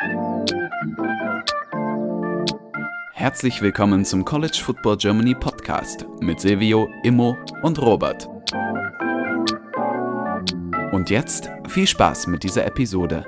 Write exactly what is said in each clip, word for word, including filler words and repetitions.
Herzlich willkommen zum College Football Germany Podcast mit Silvio, Immo und Robert. Und jetzt viel Spaß mit dieser Episode.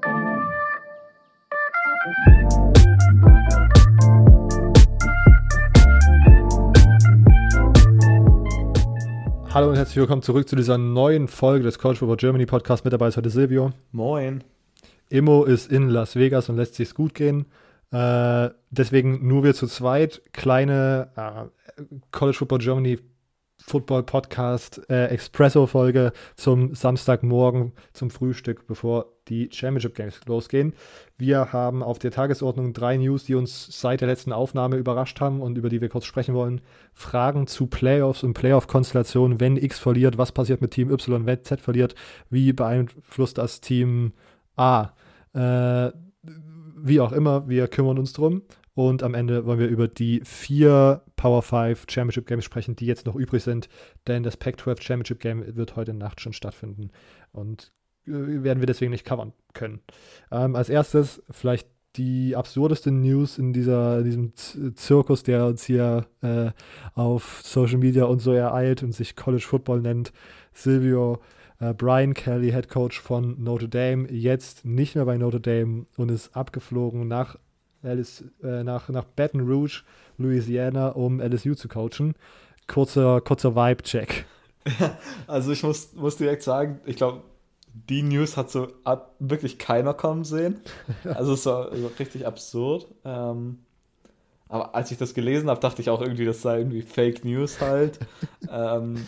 Hallo und herzlich willkommen zurück zu dieser neuen Folge des College Football Germany Podcast. Mit dabei ist heute Silvio. Moin. Immo ist in Las Vegas und lässt sich's gut gehen. Äh, deswegen nur wir zu zweit. Kleine äh, College Football Germany Football Podcast äh, Espresso-Folge zum Samstagmorgen zum Frühstück, bevor die Championship Games losgehen. Wir haben auf der Tagesordnung drei News, die uns seit der letzten Aufnahme überrascht haben und über die wir kurz sprechen wollen. Fragen zu Playoffs und Playoff-Konstellationen. Wenn X verliert, was passiert mit Team Y? Wenn Z verliert, wie beeinflusst das Team A? Äh, wie auch immer, wir kümmern uns drum. Und am Ende wollen wir über die vier Power fünf Championship Games sprechen, die jetzt noch übrig sind, denn das Pac zwölf Championship Game wird heute Nacht schon stattfinden und äh, werden wir deswegen nicht covern können. Ähm, als erstes vielleicht die absurdeste News in, dieser, in diesem Z- Zirkus, der uns hier äh, auf Social Media und so ereilt und sich College Football nennt. Silvio, äh, Brian Kelly, Head Coach von Notre Dame, jetzt nicht mehr bei Notre Dame und ist abgeflogen nach Er ist äh, nach, nach Baton Rouge, Louisiana, um L S U zu coachen. Kurzer, kurzer Vibe-Check. Also ich muss, muss direkt sagen, ich glaube, die News hat so ab, wirklich keiner kommen sehen. Also es war so richtig absurd. Ähm, aber als ich das gelesen habe, dachte ich auch irgendwie, das sei irgendwie Fake News halt. ähm,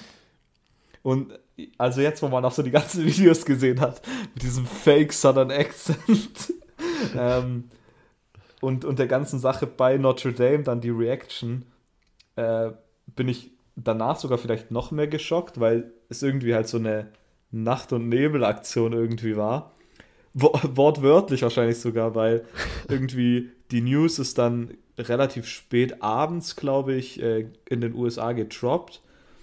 und also jetzt, wo man auch so die ganzen Videos gesehen hat, mit diesem Fake Southern Accent, ähm, Und, und der ganzen Sache bei Notre Dame, dann die Reaction, äh, bin ich danach sogar vielleicht noch mehr geschockt, weil es irgendwie halt so eine Nacht- und Nebel-Aktion irgendwie war. Wo- wortwörtlich wahrscheinlich sogar, weil irgendwie die News ist dann relativ spät abends, glaube ich, äh, in den U S A getroppt.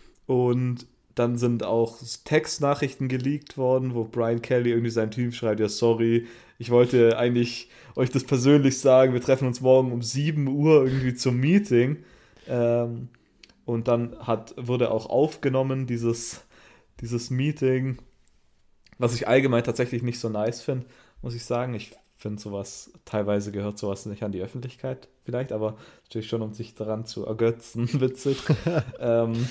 Und dann sind auch Textnachrichten geleakt worden, wo Brian Kelly irgendwie seinem Team schreibt, ja sorry, ich wollte eigentlich euch das persönlich sagen, wir treffen uns morgen um sieben Uhr irgendwie zum Meeting. Ähm, und dann hat, wurde auch aufgenommen, dieses, dieses Meeting, was ich allgemein tatsächlich nicht so nice finde, muss ich sagen. Ich finde sowas, teilweise gehört sowas nicht an die Öffentlichkeit vielleicht, aber natürlich schon, um sich daran zu ergötzen, witzig. ähm,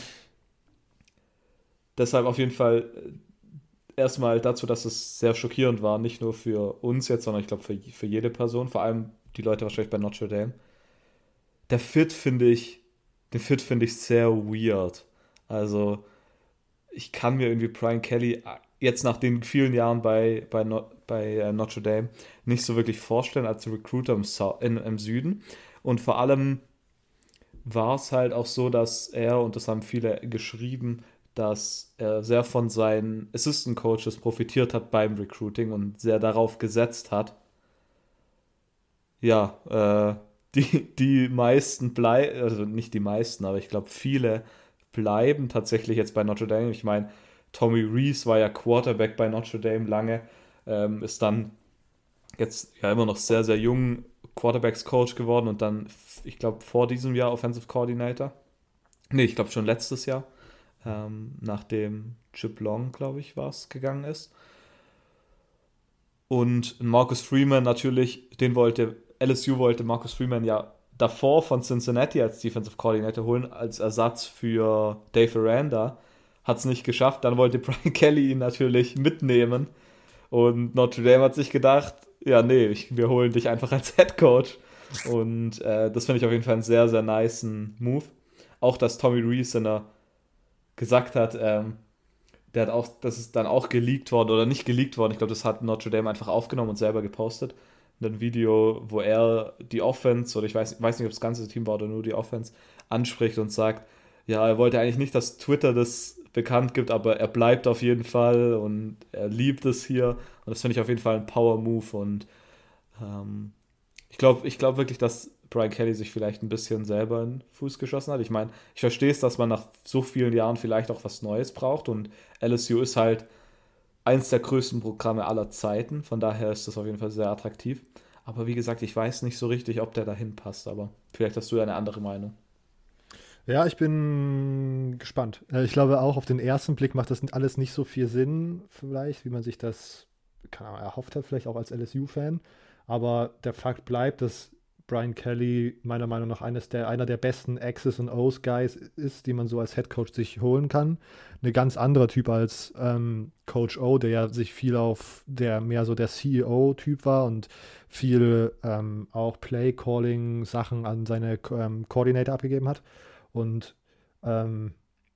deshalb auf jeden Fall erstmal dazu, dass es sehr schockierend war, nicht nur für uns jetzt, sondern ich glaube für, für jede Person, vor allem die Leute wahrscheinlich bei Notre Dame. Der Fit finde ich, den Fit finde ich sehr weird. Also ich kann mir irgendwie Brian Kelly jetzt nach den vielen Jahren bei, bei, no, bei äh, Notre Dame nicht so wirklich vorstellen als Recruiter im, so- in, im Süden. Und vor allem war es halt auch so, dass er, und das haben viele geschrieben, dass er sehr von seinen Assistant Coaches profitiert hat beim Recruiting und sehr darauf gesetzt hat. Ja, äh, die, die meisten bleiben, also nicht die meisten, aber ich glaube viele bleiben tatsächlich jetzt bei Notre Dame. Ich meine, Tommy Rees war ja Quarterback bei Notre Dame lange, ähm, ist dann jetzt ja immer noch sehr, sehr jung Quarterbacks-Coach geworden und dann, ich glaube, vor diesem Jahr Offensive Coordinator. Nee, ich glaube schon letztes Jahr. Ähm, nachdem Chip Long, glaube ich, war es, gegangen ist. Und Marcus Freeman natürlich, den wollte, L S U wollte Marcus Freeman ja davor von Cincinnati als Defensive Coordinator holen, als Ersatz für Dave Aranda. Hat es nicht geschafft, dann wollte Brian Kelly ihn natürlich mitnehmen. Und Notre Dame hat sich gedacht, ja nee, ich, wir holen dich einfach als Head Coach. Und äh, das finde ich auf jeden Fall einen sehr, sehr nicen Move. Auch, dass Tommy Rees in der gesagt hat, ähm, der hat auch, das ist dann auch geleakt worden oder nicht geleakt worden. Ich glaube, das hat Notre Dame einfach aufgenommen und selber gepostet. Ein Video, wo er die Offense, oder ich weiß, weiß nicht, ob das ganze Team war oder nur die Offense, anspricht und sagt, ja, er wollte eigentlich nicht, dass Twitter das bekannt gibt, aber er bleibt auf jeden Fall und er liebt es hier. Und das finde ich auf jeden Fall ein Power-Move und ähm, ich glaube ich glaub wirklich, dass Brian Kelly sich vielleicht ein bisschen selber in den Fuß geschossen hat. Ich meine, ich verstehe es, dass man nach so vielen Jahren vielleicht auch was Neues braucht und L S U ist halt eins der größten Programme aller Zeiten, von daher ist das auf jeden Fall sehr attraktiv. Aber wie gesagt, ich weiß nicht so richtig, ob der dahin passt, aber vielleicht hast du ja eine andere Meinung. Ja, ich bin gespannt. Äh, Ich glaube auch auf den ersten Blick macht das alles nicht so viel Sinn, vielleicht, wie man sich das keine Ahnung, erhofft hat, vielleicht auch als L S U-Fan. Aber der Fakt bleibt, dass Brian Kelly meiner Meinung nach eines der, einer der besten X's und O's Guys ist, die man so als Head Coach sich holen kann. Ein ganz anderer Typ als ähm, Coach O, der ja sich viel auf der mehr so der C E O-Typ war und viel ähm, auch Play-Calling-Sachen an seine ähm, Coordinator abgegeben hat. Und ähm,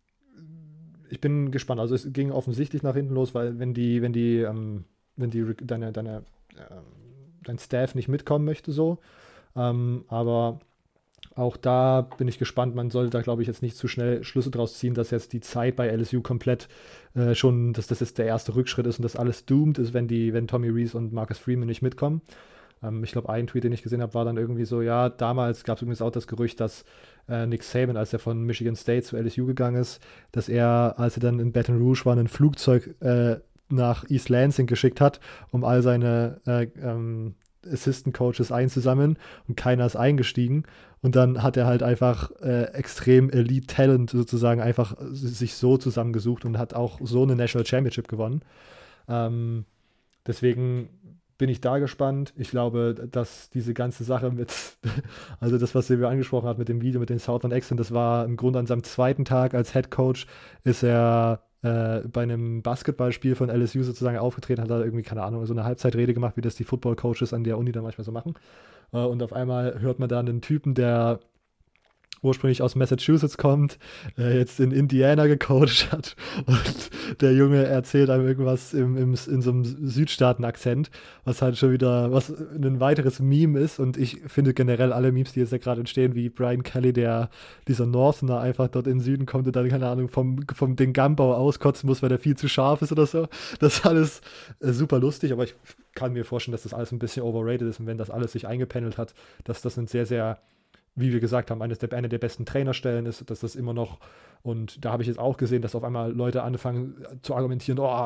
ich bin gespannt. Also es ging offensichtlich nach hinten los, weil wenn die, wenn die, ähm, wenn die deine, deine, ähm, dein Staff nicht mitkommen möchte, so. Ähm, aber auch da bin ich gespannt. Man sollte da, glaube ich, jetzt nicht zu schnell Schlüsse draus ziehen, dass jetzt die Zeit bei L S U komplett äh, schon, dass das jetzt der erste Rückschritt ist und dass alles doomed ist, wenn die, wenn Tommy Rees und Marcus Freeman nicht mitkommen. Ähm, ich glaube, ein Tweet, den ich gesehen habe, war dann irgendwie so, ja, damals gab es übrigens auch das Gerücht, dass äh, Nick Saban, als er von Michigan State zu L S U gegangen ist, dass er, als er dann in Baton Rouge war, ein Flugzeug äh, nach East Lansing geschickt hat, um all seine äh, ähm, Assistant Coaches einzusammeln und keiner ist eingestiegen. Und dann hat er halt einfach äh, extrem Elite Talent sozusagen einfach sich so zusammengesucht und hat auch so eine National Championship gewonnen. Ähm, deswegen bin ich da gespannt. Ich glaube, dass diese ganze Sache mit, also das, was Silvio angesprochen hat mit dem Video mit den Southern Accent, das war im Grunde an seinem zweiten Tag als Head Coach, ist er äh, bei einem Basketballspiel von L S U sozusagen aufgetreten, hat er irgendwie, keine Ahnung, so eine Halbzeitrede gemacht, wie das die Football-Coaches an der Uni da manchmal so machen. Äh, und auf einmal hört man da einen Typen, der ursprünglich aus Massachusetts kommt, äh, jetzt in Indiana gecoacht hat und der Junge erzählt einem irgendwas im, im, in so einem Südstaaten-Akzent, was halt schon wieder, was ein weiteres Meme ist und ich finde generell alle Memes, die jetzt ja gerade entstehen, wie Brian Kelly, der, dieser Northerner einfach dort in den Süden kommt und dann, keine Ahnung, vom, vom den Gambau auskotzen muss, weil der viel zu scharf ist oder so, das ist alles äh, super lustig, aber ich kann mir vorstellen, dass das alles ein bisschen overrated ist und wenn das alles sich eingependelt hat, dass das ein sehr, sehr wie wir gesagt haben, eines der, eine der besten Trainerstellen ist, dass das immer noch, und da habe ich jetzt auch gesehen, dass auf einmal Leute anfangen zu argumentieren, oh,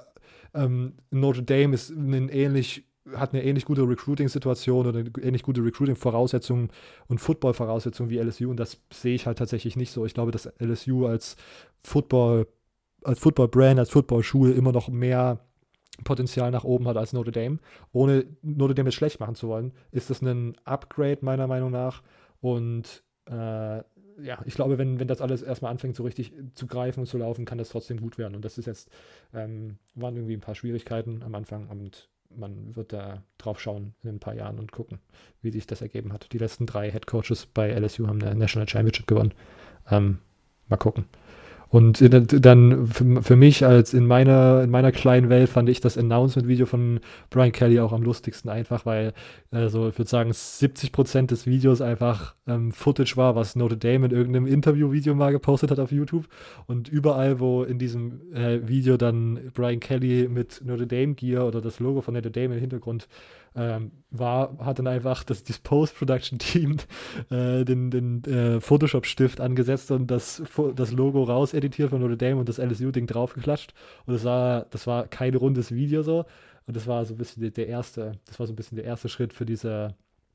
ähm, Notre Dame ist ein ähnlich, hat eine ähnlich gute Recruiting-Situation oder eine ähnlich gute Recruiting-Voraussetzungen und Football-Voraussetzungen wie L S U und das sehe ich halt tatsächlich nicht so. Ich glaube, dass L S U als Football, als Football-Brand, als Football-Schule immer noch mehr Potenzial nach oben hat als Notre Dame. Ohne Notre Dame jetzt schlecht machen zu wollen, ist das ein Upgrade meiner Meinung nach. Und äh, ja, ich glaube, wenn, wenn das alles erstmal anfängt, so richtig zu greifen und zu laufen, kann das trotzdem gut werden. Und das ist jetzt, ähm, waren irgendwie ein paar Schwierigkeiten am Anfang und man wird da drauf schauen in ein paar Jahren und gucken, wie sich das ergeben hat. Die letzten drei Head Coaches bei L S U haben eine National Championship gewonnen. Ähm, mal gucken. Und dann für, für mich als in meiner, in meiner kleinen Welt fand ich das Announcement-Video von Brian Kelly auch am lustigsten einfach, weil also ich würde sagen siebzig Prozent des Videos einfach ähm, Footage war, was Notre Dame in irgendeinem Interview-Video mal gepostet hat auf YouTube und überall, wo in diesem äh, Video dann Brian Kelly mit Notre Dame Gear oder das Logo von Notre Dame im Hintergrund ähm, war, hat dann einfach das, das Post-Production-Team äh, den, den äh, Photoshop-Stift angesetzt und das, das Logo raus editiert von Notre Dame und das L S U-Ding draufgeklatscht. Und das war, das war kein rundes Video so. Und das war so ein bisschen der, der erste, das war so ein bisschen der erste Schritt für diese,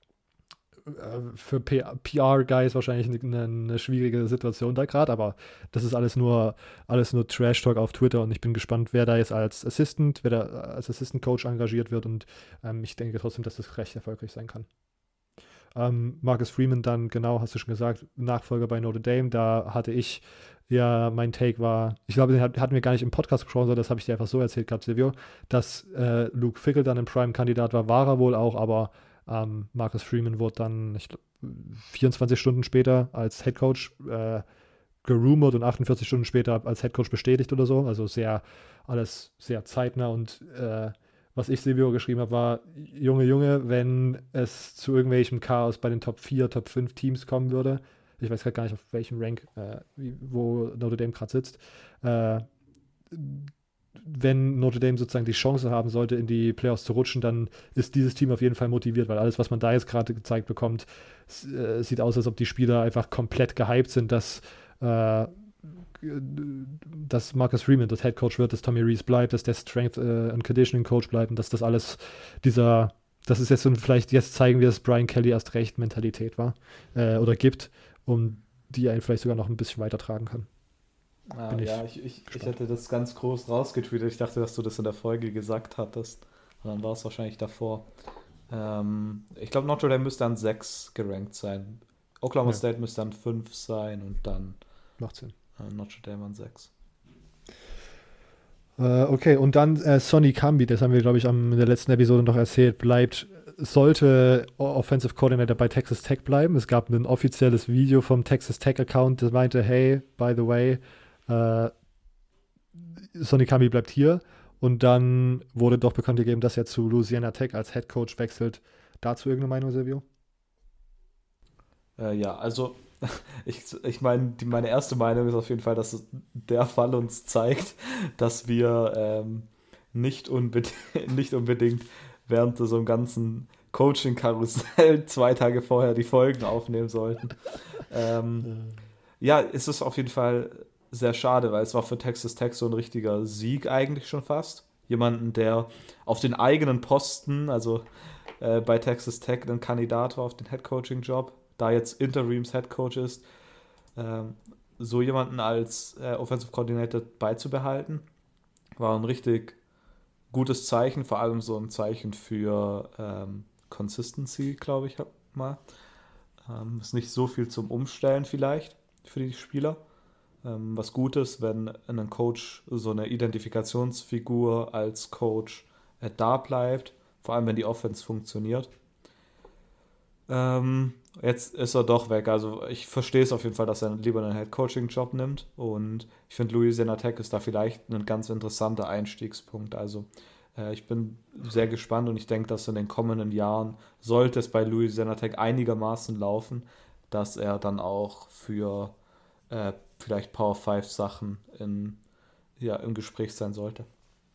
äh, für P R-Guys wahrscheinlich eine, eine schwierige Situation da gerade, aber das ist alles nur, alles nur Trash-Talk auf Twitter und ich bin gespannt, wer da jetzt als Assistant, wer da als Assistant-Coach engagiert wird und ähm, ich denke trotzdem, dass das recht erfolgreich sein kann. Ähm, Marcus Freeman dann, genau, hast du schon gesagt, Nachfolger bei Notre Dame, da hatte ich ja, mein Take war, ich glaube, den hatten wir gar nicht im Podcast besprochen, sondern das habe ich dir einfach so erzählt gehabt, Silvio, dass äh, Luke Fickell dann ein Prime-Kandidat war, war er wohl auch, aber ähm, Marcus Freeman wurde dann, ich glaube, vierundzwanzig Stunden später als Headcoach äh, gerumort und achtundvierzig Stunden später als Headcoach bestätigt oder so, also sehr, alles sehr zeitnah und äh, was ich Silvio geschrieben habe, war, Junge, Junge, wenn es zu irgendwelchem Chaos bei den Top vier, Top fünf Teams kommen würde, ich weiß gerade gar nicht, auf welchem Rank, äh, wo Notre Dame gerade sitzt, äh, wenn Notre Dame sozusagen die Chance haben sollte, in die Playoffs zu rutschen, dann ist dieses Team auf jeden Fall motiviert, weil alles, was man da jetzt gerade gezeigt bekommt, äh, sieht aus, als ob die Spieler einfach komplett gehypt sind, dass äh, dass Marcus Freeman das Head Coach wird, dass Tommy Rees bleibt, dass der Strength äh, and Conditioning Coach bleibt und dass das alles dieser, das ist jetzt so ein, vielleicht jetzt zeigen wir, dass Brian Kelly erst recht Mentalität war äh, oder gibt, um die einen vielleicht sogar noch ein bisschen weitertragen kann. Ah, Bin ich ja, ich, ich, ich hätte das ganz groß rausgetweetet. Ich dachte, dass du das in der Folge gesagt hattest. Und dann war es wahrscheinlich davor. Ähm, ich glaube, Notre Dame müsste an sechs gerankt sein. Oklahoma Ja. State müsste an fünf sein und dann Macht Sinn. äh, Notre Dame an sechs. Äh, okay, und dann äh, Sonny Kambi, das haben wir, glaube ich, am, in der letzten Episode noch erzählt, bleibt, sollte O- Offensive Coordinator bei Texas Tech bleiben. Es gab ein offizielles Video vom Texas Tech Account, das meinte, hey, by the way, äh, Sonny Kambi bleibt hier. Und dann wurde doch bekannt gegeben, dass er zu Louisiana Tech als Head Coach wechselt. Dazu irgendeine Meinung, Silvio? Äh, ja, also ich, ich meine, die, meine erste Meinung ist auf jeden Fall, dass es- der Fall uns zeigt, dass wir ähm, nicht, unbedingt, nicht unbedingt während so einem ganzen Coaching-Karussell zwei Tage vorher die Folgen aufnehmen sollten. Ähm, ja, es ist auf jeden Fall sehr schade, weil es war für Texas Tech so ein richtiger Sieg eigentlich schon fast. Jemanden, der auf den eigenen Posten, also äh, bei Texas Tech ein Kandidat war auf den Head-Coaching-Job, da jetzt Interims-Head-Coach ist, ähm, so jemanden als äh, Offensive Coordinator beizubehalten, war ein richtig gutes Zeichen, vor allem so ein Zeichen für ähm, Consistency, glaube ich, mal. Ähm, ist nicht so viel zum Umstellen vielleicht für die Spieler. Ähm, was Gutes, wenn ein Coach so eine Identifikationsfigur als Coach äh, da bleibt, vor allem wenn die Offense funktioniert. Ähm, jetzt ist er doch weg. Also ich verstehe es auf jeden Fall, dass er lieber einen Head-Coaching-Job nimmt. Und ich finde, Louisiana Tech ist da vielleicht ein ganz interessanter Einstiegspunkt. Also äh, ich bin sehr gespannt und ich denke, dass in den kommenden Jahren, sollte es bei Louisiana Tech einigermaßen laufen, dass er dann auch für äh, vielleicht Power fünf Sachen in, ja, im Gespräch sein sollte.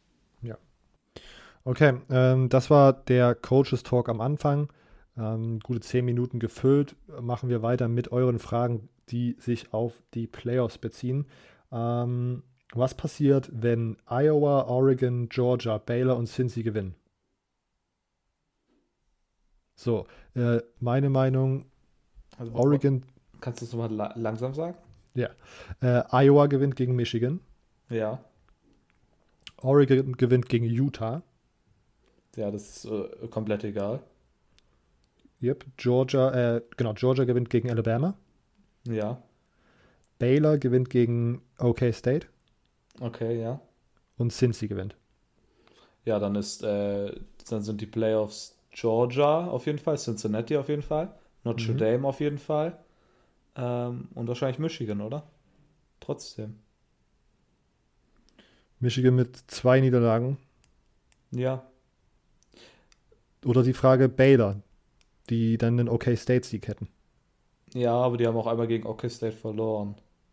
Okay, ähm, das war der Coaches Talk am Anfang. Ähm, gute zehn Minuten gefüllt. Machen wir weiter mit euren Fragen, die sich auf die Playoffs beziehen. Ähm, was passiert, wenn Iowa, Oregon, Georgia, Baylor und Cincy gewinnen? So, äh, meine Meinung, Also, Oregon, kannst du es nochmal la langsam sagen? ja, äh, Iowa gewinnt gegen Michigan, Ja. Oregon gewinnt gegen Utah, Ja, das ist äh, komplett egal. yep, Georgia, äh, genau, Georgia gewinnt gegen Alabama, Ja, Baylor gewinnt gegen OK State okay, ja. und Cincy gewinnt. Ja, dann ist, äh, dann sind die Playoffs Georgia auf jeden Fall, Cincinnati auf jeden Fall, Notre Mhm. Dame auf jeden Fall ähm, und wahrscheinlich Michigan, oder? Trotzdem. Michigan mit zwei Niederlagen. Ja, Oder die Frage Baylor, die dann einen OK State-Sieg hätten. ja, aber die haben auch einmal gegen OK State verloren.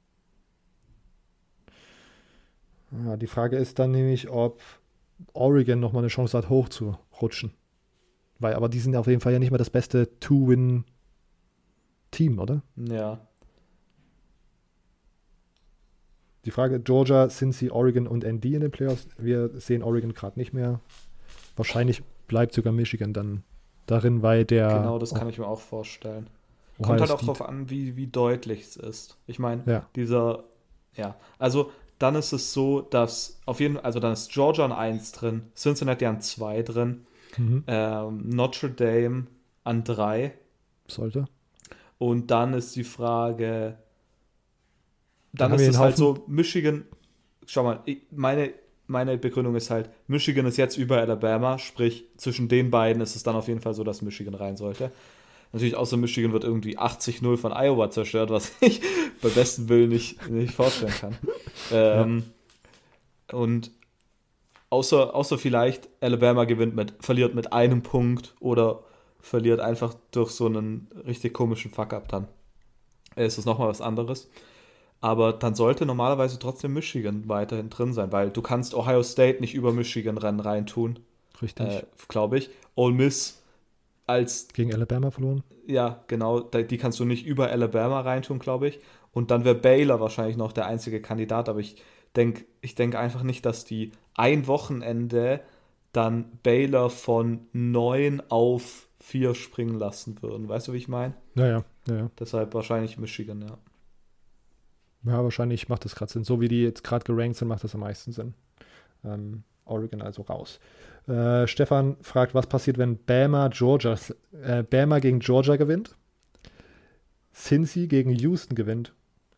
Ja, die Frage ist dann nämlich, ob Oregon nochmal eine Chance hat, hochzurutschen. Weil, aber die sind auf jeden Fall ja nicht mehr das beste Two-Win-Team, oder? Ja, Die Frage, Georgia, Cincy, Oregon und N D in den Playoffs. Wir sehen Oregon gerade nicht mehr. Wahrscheinlich bleibt sogar Michigan dann darin, weil der genau, das kann ich mir auch vorstellen. Ohio Kommt halt auch State- drauf an, wie, wie deutlich es ist. Ich meine, Ja. dieser, ja, also dann ist es so, dass auf jeden Fall, also dann ist Georgia an eins drin, Cincinnati an zwei drin, Mhm. ähm, Notre Dame an drei Sollte. und dann ist die Frage, Dann dann haben ist wir es den halt Haufen- so, Michigan, schau mal, ich, meine, meine Begründung ist halt, Michigan ist jetzt über Alabama, sprich zwischen den beiden ist es dann auf jeden Fall so, dass Michigan rein sollte. Natürlich, außer Michigan wird irgendwie achtzig null von Iowa zerstört, was ich bei bestem Willen nicht, nicht vorstellen kann. Ähm, Und außer, außer vielleicht Alabama gewinnt mit, verliert mit einem Punkt oder verliert einfach durch so einen richtig komischen Fuck-up, dann ist es nochmal was anderes. Aber dann sollte normalerweise trotzdem Michigan weiterhin drin sein, weil du kannst Ohio State nicht über Michigan rennen reintun, Richtig. äh, glaube ich. Ole Miss als, Gegen Alabama verloren. ja, genau, da- die kannst du nicht über Alabama reintun, glaube ich. Und dann wäre Baylor wahrscheinlich noch der einzige Kandidat, aber ich denke ich denk einfach nicht, dass die ein Wochenende dann Baylor von neun auf vier springen lassen würden. Weißt du, wie ich meine? Ja, ja, ja, ja. Deshalb wahrscheinlich Michigan, ja. Ja, wahrscheinlich macht das gerade Sinn. So wie die jetzt gerade gerankt sind, macht das am meisten Sinn. Ähm, Oregon also raus. Äh, Stefan fragt, was passiert, wenn Bama, Georgia, äh, Bama gegen Georgia gewinnt? Cincy gegen Houston gewinnt?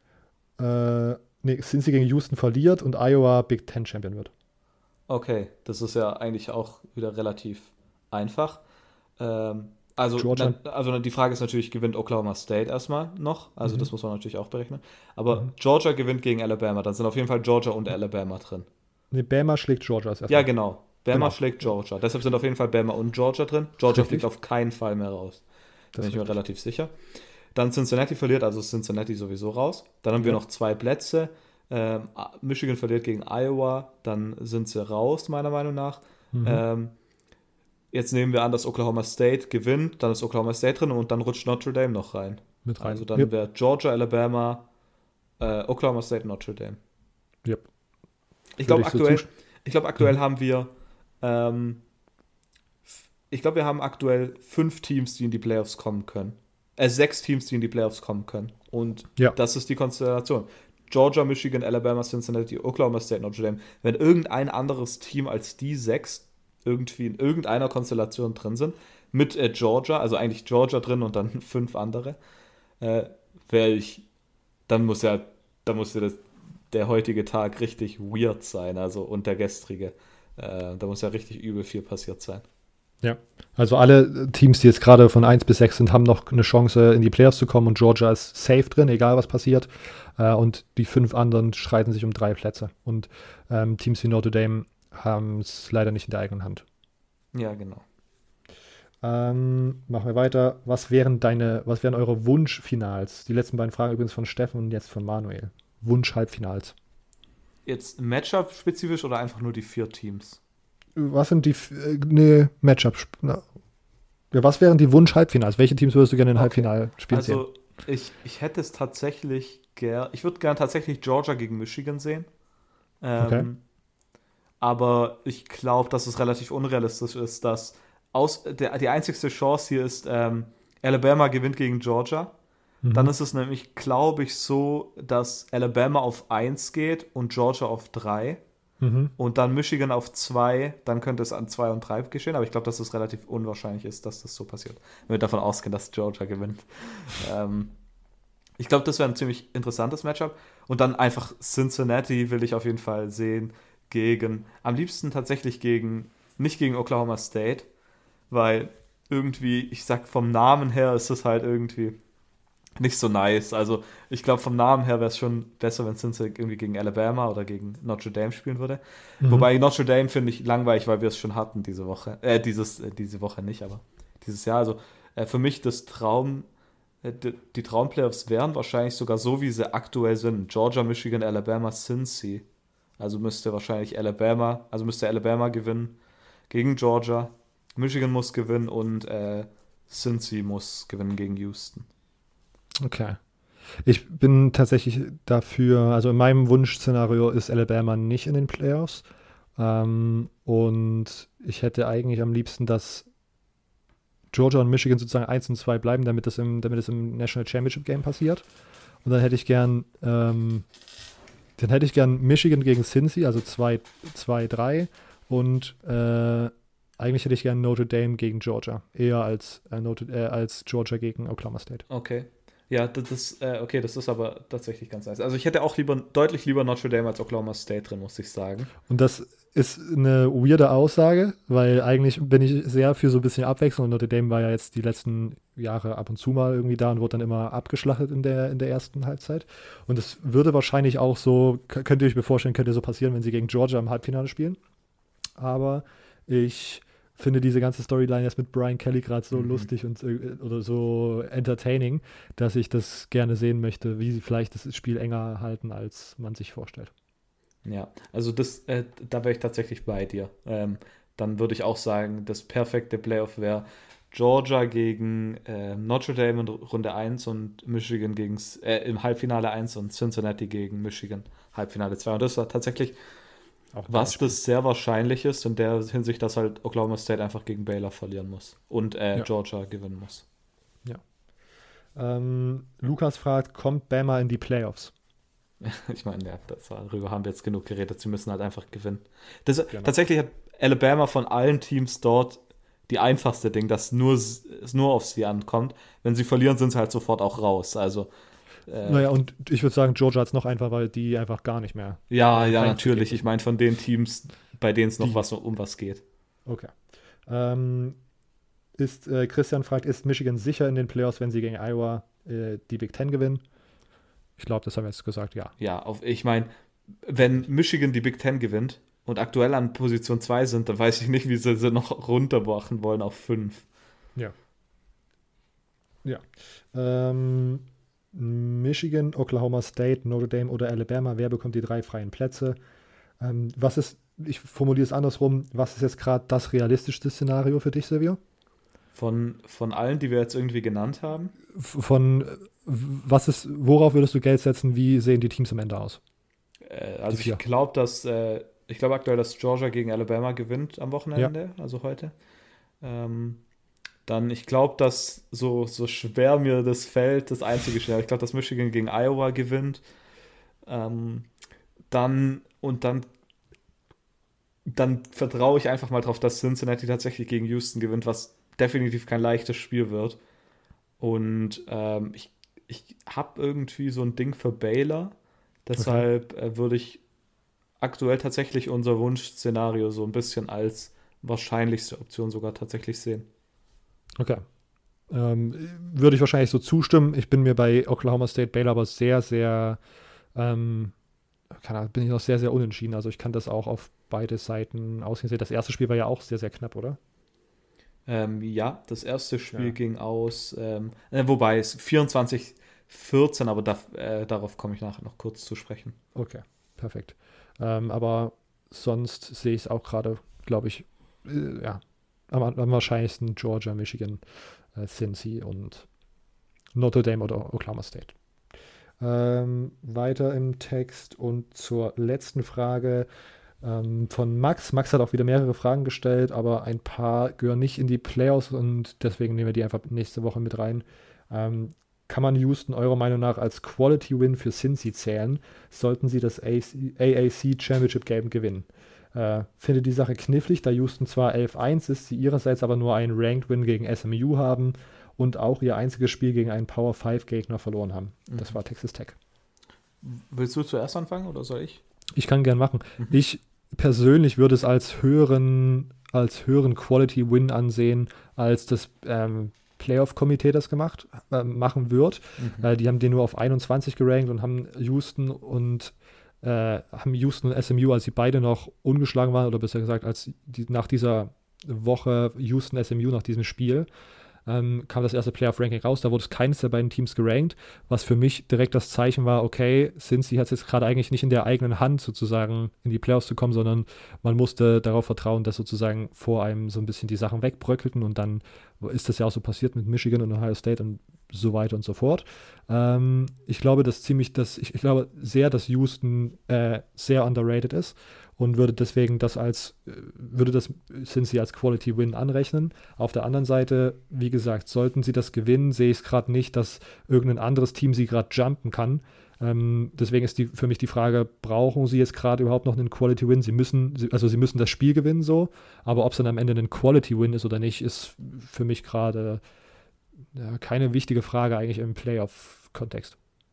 Äh, nee, Cincy gegen Houston verliert und Iowa Big Ten Champion wird. Okay, das ist ja eigentlich auch wieder relativ einfach. Ähm, also, Georgia. na, also die Frage ist natürlich, gewinnt Oklahoma State erstmal noch? Also Mhm. das muss man natürlich auch berechnen. Aber Mhm. Georgia gewinnt gegen Alabama, dann sind auf jeden Fall Georgia und Alabama drin. Nee, Bama schlägt Georgia als erstes. Ja, genau. Bama Genau. schlägt Georgia. Deshalb sind auf jeden Fall Bama und Georgia drin. Georgia Richtig. fliegt auf keinen Fall mehr raus. Da Das bin ich ist mir richtig. relativ sicher. Dann Cincinnati verliert, also ist Cincinnati sowieso raus. Dann haben wir Ja. noch zwei Plätze. Ähm, Michigan verliert gegen Iowa, dann sind sie raus, meiner Meinung nach. Mhm. Ähm, jetzt nehmen wir an, dass Oklahoma State gewinnt, dann ist Oklahoma State drin und dann rutscht Notre Dame noch rein. Mit rein. Also dann Yep. wäre Georgia, Alabama, äh, Oklahoma State, Notre Dame. Yep. Ich glaube, Würde ich so aktuell, zusch- ich glaube, aktuell Mhm. haben wir, ähm, f- ich glaube, wir haben aktuell fünf Teams, die in die Playoffs kommen können. Äh, sechs Teams, die in die Playoffs kommen können. Und Ja. das ist die Konstellation. Georgia, Michigan, Alabama, Cincinnati, Oklahoma State, Notre Dame. Wenn irgendein anderes Team als die sechs irgendwie in irgendeiner Konstellation drin sind, mit äh, Georgia, also eigentlich Georgia drin und dann fünf andere, äh, wäre ich, dann muss ja, dann muss ja das, der heutige Tag richtig weird sein, also und der gestrige. Äh, da muss ja richtig übel viel passiert sein. Ja, also alle Teams, die jetzt gerade von eins bis sechs sind, haben noch eine Chance, in die Playoffs zu kommen und Georgia ist safe drin, egal was passiert. Äh, und die fünf anderen streiten sich um drei Plätze. Und ähm, Teams wie Notre Dame haben es leider nicht in der eigenen Hand. Ja, genau. Ähm, machen wir weiter. Was wären deine, was wären eure Wunschfinals? Die letzten beiden Fragen übrigens von Steffen und jetzt von Manuel. Wunsch-Halbfinals. Jetzt Matchup-spezifisch oder einfach nur die vier Teams? Was sind die, f- äh, nee, Matchup. na, Ja, was wären die Wunsch-Halbfinals? Welche Teams würdest du gerne in Okay. Halbfinalspielen sehen? Also, ich, ich hätte es tatsächlich gern, ich würde gern tatsächlich Georgia gegen Michigan sehen. Ähm, Okay. Aber ich glaube, dass es relativ unrealistisch ist, dass aus, der, die einzigste Chance hier ist, ähm, Alabama gewinnt gegen Georgia. Mhm. Dann ist es nämlich, glaube ich, so, dass Alabama auf eins geht und Georgia auf drei. Mhm. Und dann Michigan auf zwei, dann könnte es an zwei und drei geschehen, aber ich glaube, dass es relativ unwahrscheinlich ist, dass das so passiert. Wenn wir davon ausgehen, dass Georgia gewinnt. ähm, ich glaube, das wäre ein ziemlich interessantes Matchup. Und dann einfach Cincinnati will ich auf jeden Fall sehen gegen, am liebsten tatsächlich gegen, nicht gegen Oklahoma State, weil irgendwie, ich sag vom Namen her ist es halt irgendwie nicht so nice. Also ich glaube, vom Namen her wäre es schon besser, wenn Cincinnati irgendwie gegen Alabama oder gegen Notre Dame spielen würde. Mhm. Wobei Notre Dame finde ich langweilig, weil wir es schon hatten diese Woche. Äh, dieses, äh, diese Woche nicht, aber dieses Jahr. Also äh, für mich das Traum, äh, die, die Traumplayoffs wären wahrscheinlich sogar so, wie sie aktuell sind. Georgia, Michigan, Alabama, Cincy. Also müsste wahrscheinlich Alabama, also müsste Alabama gewinnen gegen Georgia. Michigan muss gewinnen und äh, Cincy muss gewinnen gegen Houston. Okay. Ich bin tatsächlich dafür, also in meinem Wunschszenario ist Alabama nicht in den Playoffs. Ähm, und ich hätte eigentlich am liebsten, dass Georgia und Michigan sozusagen eins und zwei bleiben, damit es im, damit es im National Championship Game passiert. Und dann hätte ich gern, ähm, dann hätte ich gern Michigan gegen Cincy, also zwei drei. Und äh, eigentlich hätte ich gern Notre Dame gegen Georgia. Eher als, äh, Notre, äh, als Georgia gegen Oklahoma State. Okay. Ja, das, das äh, okay, das ist aber tatsächlich ganz nice. Also ich hätte auch lieber, deutlich lieber Notre Dame als Oklahoma State drin, muss ich sagen. Und das ist eine weirde Aussage, weil eigentlich bin ich sehr für so ein bisschen Abwechslung. Und Notre Dame war ja jetzt die letzten Jahre ab und zu mal irgendwie da und wurde dann immer abgeschlachtet in der, in der ersten Halbzeit. Und es würde wahrscheinlich auch so, k- könnt ihr euch mir vorstellen, könnte so passieren, wenn sie gegen Georgia im Halbfinale spielen. Aber ich finde diese ganze Storyline jetzt mit Brian Kelly gerade so Mhm. lustig und äh, oder so entertaining, dass ich das gerne sehen möchte, wie sie vielleicht das Spiel enger halten, als man sich vorstellt. Ja, also das, äh, da wäre ich tatsächlich bei dir. Ähm, dann würde ich auch sagen, das perfekte Playoff wäre Georgia gegen äh, Notre Dame in Runde eins und Michigan gegen, äh, im Halbfinale eins und Cincinnati gegen Michigan Halbfinale zwei. Und das war tatsächlich Auch Was Beispiel. das sehr wahrscheinlich ist, in der Hinsicht, dass halt Oklahoma State einfach gegen Baylor verlieren muss und äh, Ja. Georgia gewinnen muss. Ähm, Lukas fragt, kommt Bama in die Playoffs? Ich meine, ja, das, darüber haben wir jetzt genug geredet. Sie müssen halt einfach gewinnen. Das, Genau. Tatsächlich hat Alabama von allen Teams dort die einfachste Ding, dass nur, es nur auf sie ankommt. Wenn sie verlieren, sind sie halt sofort auch raus. Also, äh, Naja, und ich würde sagen, Georgia hat es noch einfach, weil die einfach gar nicht mehr. ja, äh, ja, kein natürlich. Ticket. Ich meine, von den Teams, bei denen es noch Die. was um was geht. Okay. Ähm, ist, äh, Christian fragt, ist Michigan sicher in den Playoffs, wenn sie gegen Iowa äh, die Big Ten gewinnen? Ich glaube, das haben wir jetzt gesagt, ja. Ja, auf, ich meine, wenn Michigan die Big Ten gewinnt und aktuell an Position zwei sind, dann weiß ich nicht, wie sie sie noch runtermachen wollen auf fünf. Ja. Ja. Ähm, Michigan, Oklahoma State, Notre Dame oder Alabama, wer bekommt die drei freien Plätze? Ähm, was ist, ich formuliere es andersrum, was ist jetzt gerade das realistischste Szenario für dich, Silvio? Von, von allen, die wir jetzt irgendwie genannt haben. F- Von, äh, was ist, worauf würdest du Geld setzen? Wie sehen die Teams am Ende aus? Äh, also vier. ich glaube, dass äh, ich glaube aktuell, dass Georgia gegen Alabama gewinnt am Wochenende, also heute. Ähm, dann, ich glaube, dass so, so schwer mir das fällt, das einzige schwer. Ich glaube, dass Michigan gegen Iowa gewinnt. Ähm, dann und dann dann vertraue ich einfach mal drauf, dass Cincinnati tatsächlich gegen Houston gewinnt, was definitiv kein leichtes Spiel wird. Und ähm, ich, ich habe irgendwie so ein Ding für Baylor. Deshalb äh, würde ich aktuell tatsächlich unser Wunschszenario so ein bisschen als wahrscheinlichste Option sogar tatsächlich sehen. Okay. Ähm, würde ich wahrscheinlich so zustimmen. Ich bin mir bei Oklahoma State Baylor aber sehr, sehr, ähm, keine Ahnung, bin ich noch sehr, sehr unentschieden. Also ich kann das auch auf beide Seiten ausgehen sehen. Das erste Spiel war ja auch sehr, sehr knapp, oder? Ähm, ja, das erste Spiel Ja. ging aus, ähm, äh, wobei es vierundzwanzig vierzehn, aber da, äh, darauf komme ich nachher noch kurz zu sprechen. Okay, perfekt. Ähm, aber sonst sehe ich es auch gerade, glaube ich, äh, ja, am, am wahrscheinlichsten Georgia, Michigan, äh, Cincy und Notre Dame oder Oklahoma State. Ähm, weiter im Text und zur letzten Frage ähm, von Max. Max hat auch wieder mehrere Fragen gestellt, aber ein paar gehören nicht in die Playoffs und deswegen nehmen wir die einfach nächste Woche mit rein. Ähm, kann man Houston eurer Meinung nach als Quality Win für Cincy zählen? Sollten sie das A A C Championship Game gewinnen? Äh, finde die Sache knifflig, da Houston zwar elf eins ist, sie ihrerseits aber nur einen Ranked Win gegen S M U haben und auch ihr einziges Spiel gegen einen Power fünf Gegner verloren haben. Das Mhm. war Texas Tech. Willst du zuerst anfangen oder soll ich? Ich kann gern machen. Mhm. Ich persönlich würde es als höheren, als höheren Quality Win ansehen, als das ähm, Playoff-Komitee das gemacht äh, machen wird. Mhm. Äh, die haben den nur auf einundzwanzig gerankt und haben Houston und äh, haben Houston und S M U, als sie beide noch ungeschlagen waren, oder besser gesagt, als die, nach dieser Woche Houston S M U, nach diesem Spiel, ähm, kam das erste Playoff-Ranking raus. Da wurde es keines der beiden Teams gerankt, was für mich direkt das Zeichen war, okay, Cincy hat es jetzt gerade eigentlich nicht in der eigenen Hand, sozusagen in die Playoffs zu kommen, sondern man musste darauf vertrauen, dass sozusagen vor einem so ein bisschen die Sachen wegbröckelten und dann ist das ja auch so passiert mit Michigan und Ohio State und so weiter und so fort. Ähm, ich glaube, dass ziemlich, dass ich, ich glaube sehr, dass Houston äh, sehr underrated ist und würde deswegen das als, äh, würde das Cincy als Quality Win anrechnen. Auf der anderen Seite, wie gesagt, sollten sie das gewinnen, sehe ich es gerade nicht, dass irgendein anderes Team sie gerade jumpen kann. Ähm, deswegen ist die, für mich die Frage, brauchen sie jetzt gerade überhaupt noch einen Quality Win? Sie müssen, sie, also sie müssen das Spiel gewinnen so, aber ob es dann am Ende ein Quality Win ist oder nicht, ist für mich gerade ja, keine wichtige Frage eigentlich im Playoff-Kontext.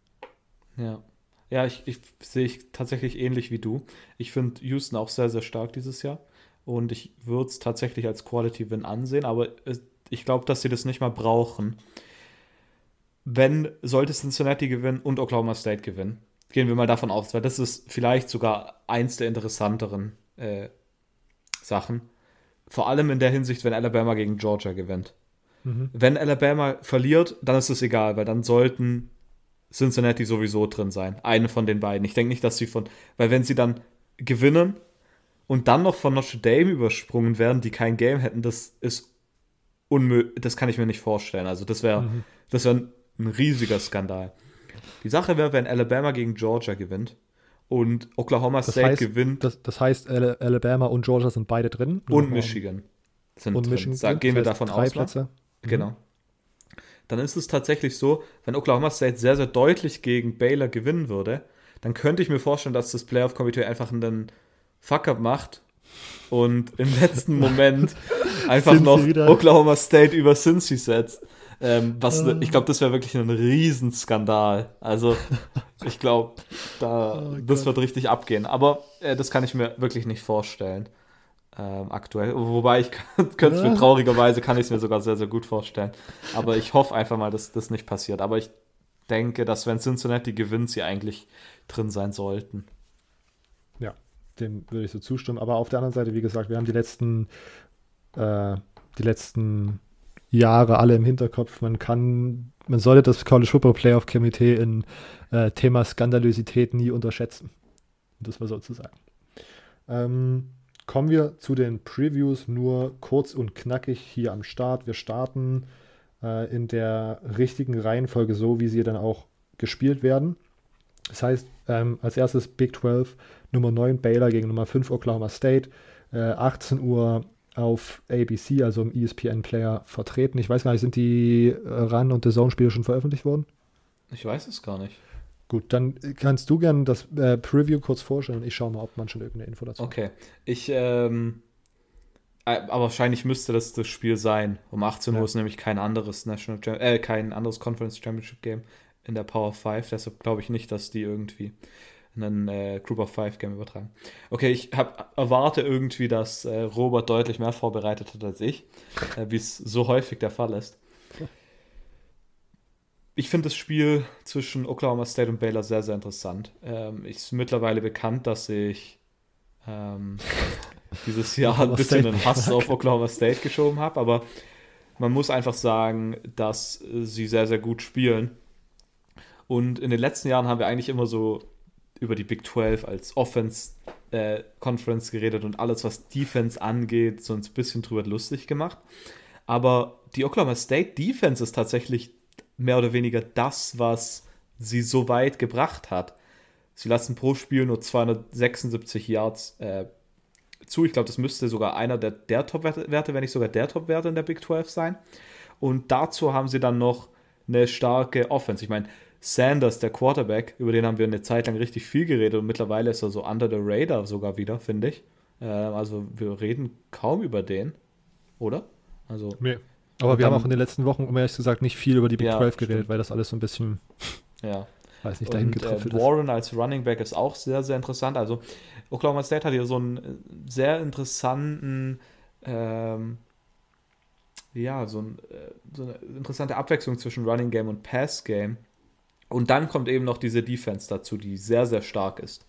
Ja. Ja, ich, ich sehe ich tatsächlich ähnlich wie du. Ich finde Houston auch sehr, sehr stark dieses Jahr. Und ich würde es tatsächlich als Quality Win ansehen, aber es, ich glaube, dass sie das nicht mal brauchen. Wenn, sollte Cincinnati gewinnen und Oklahoma State gewinnen, gehen wir mal davon aus, weil das ist vielleicht sogar eins der interessanteren äh, Sachen. Vor allem in der Hinsicht, wenn Alabama gegen Georgia gewinnt. Mhm. Wenn Alabama verliert, dann ist es egal, weil dann sollten Cincinnati sowieso drin sein. Eine von den beiden. Ich denke nicht, dass sie von, weil wenn sie dann gewinnen und dann noch von Notre Dame übersprungen werden, die kein Game hätten, das ist unmöglich, das kann ich mir nicht vorstellen. Also das wäre, Mhm. das wäre ein riesiger Skandal. Die Sache wäre, wenn Alabama gegen Georgia gewinnt Und Oklahoma Das State heißt, gewinnt das, das heißt, Ala- Alabama und Georgia sind beide drin. Nur und noch mal- Michigan sind und drin. Michigan Sa- drin. Gehen wir Das heißt, davon drei aus, ne? Plätze. Mhm. Genau. Dann ist es tatsächlich so, wenn Oklahoma State sehr, sehr deutlich gegen Baylor gewinnen würde, dann könnte ich mir vorstellen, dass das Playoff-Komitee einfach einen Fuck-up macht und im letzten Moment einfach Cincy noch wieder. Oklahoma State über Cincy setzt. Ähm, was, Ah. Ich glaube, das wäre wirklich ein Riesenskandal. Also, ich glaube, da, Oh das Gott. wird richtig abgehen. Aber äh, das kann ich mir wirklich nicht vorstellen. Ähm, aktuell. Wobei ich könnte es mir Ja. traurigerweise, kann ich es mir sogar sehr, sehr gut vorstellen. Aber ich hoffe einfach mal, dass das nicht passiert. Aber ich denke, dass wenn Cincinnati gewinnt, sie eigentlich drin sein sollten. Ja, dem würde ich so zustimmen. Aber auf der anderen Seite, wie gesagt, wir haben die letzten, äh, die letzten Jahre alle im Hinterkopf. Man kann, man sollte das College Football Playoff Komitee in äh, Thema Skandalosität nie unterschätzen. Um das mal so zu sagen. Ähm, kommen wir zu den Previews, nur kurz und knackig hier am Start. Wir starten äh, in der richtigen Reihenfolge, so wie sie dann auch gespielt werden. Das heißt, ähm, als erstes Big zwölf, Nummer neun Baylor gegen Nummer fünf Oklahoma State, äh, achtzehn Uhr auf A B C, also im E S P N-Player vertreten. Ich weiß gar nicht, sind die äh, Run- und The Zone-Spiele schon veröffentlicht worden? Ich weiß es gar nicht. Gut, dann kannst du gerne das äh, Preview kurz vorstellen. Ich schaue mal, ob man schon irgendeine Info dazu hat. Okay. Ich, ähm, äh, aber wahrscheinlich müsste das das Spiel sein. Um achtzehn Uhr Ja. ist nämlich kein anderes National Cham- äh, kein anderes Conference Championship Game in der Power fünf. Deshalb glaube ich nicht, dass die irgendwie einen äh, Group of Five Game übertragen. Okay, ich hab, erwarte irgendwie, dass äh, Robert deutlich mehr vorbereitet hat als ich, äh, wie es so häufig der Fall ist. Ich finde das Spiel zwischen Oklahoma State und Baylor sehr, sehr interessant. Ähm, es ist mittlerweile bekannt, dass ich ähm, dieses Jahr ein Oklahoma bisschen State den Hass auf Oklahoma State geschoben habe, aber man muss einfach sagen, dass äh, sie sehr, sehr gut spielen. Und in den letzten Jahren haben wir eigentlich immer so über die Big zwölf als Offense-Conference geredet und alles, was Defense angeht, so ein bisschen drüber lustig gemacht. Aber die Oklahoma State Defense ist tatsächlich mehr oder weniger das, was sie so weit gebracht hat. Sie lassen pro Spiel nur zweihundertsechsundsiebzig Yards äh, zu. Ich glaube, das müsste sogar einer der, der Top-Werte, wenn nicht sogar der Top-Werte in der Big zwölf sein. Und dazu haben sie dann noch eine starke Offense. Ich meine, Sanders, der Quarterback, über den haben wir eine Zeit lang richtig viel geredet und mittlerweile ist er so under the radar sogar wieder, finde ich. Äh, also wir reden kaum über den, oder? Also Nee. Aber Und wir haben dann- auch in den letzten Wochen, um ehrlich gesagt, nicht viel über die Big Ja, zwölf geredet, stimmt. weil das alles so ein bisschen, ja. weiß nicht, dahin Und äh, getröpfelt ist. Warren als Running Back ist auch sehr, sehr interessant. Also Oklahoma State hat hier so einen äh, sehr interessanten, ähm, ja, so, ein, äh, so eine interessante Abwechslung zwischen Running Game und Pass Game. Und dann kommt eben noch diese Defense dazu, die sehr, sehr stark ist.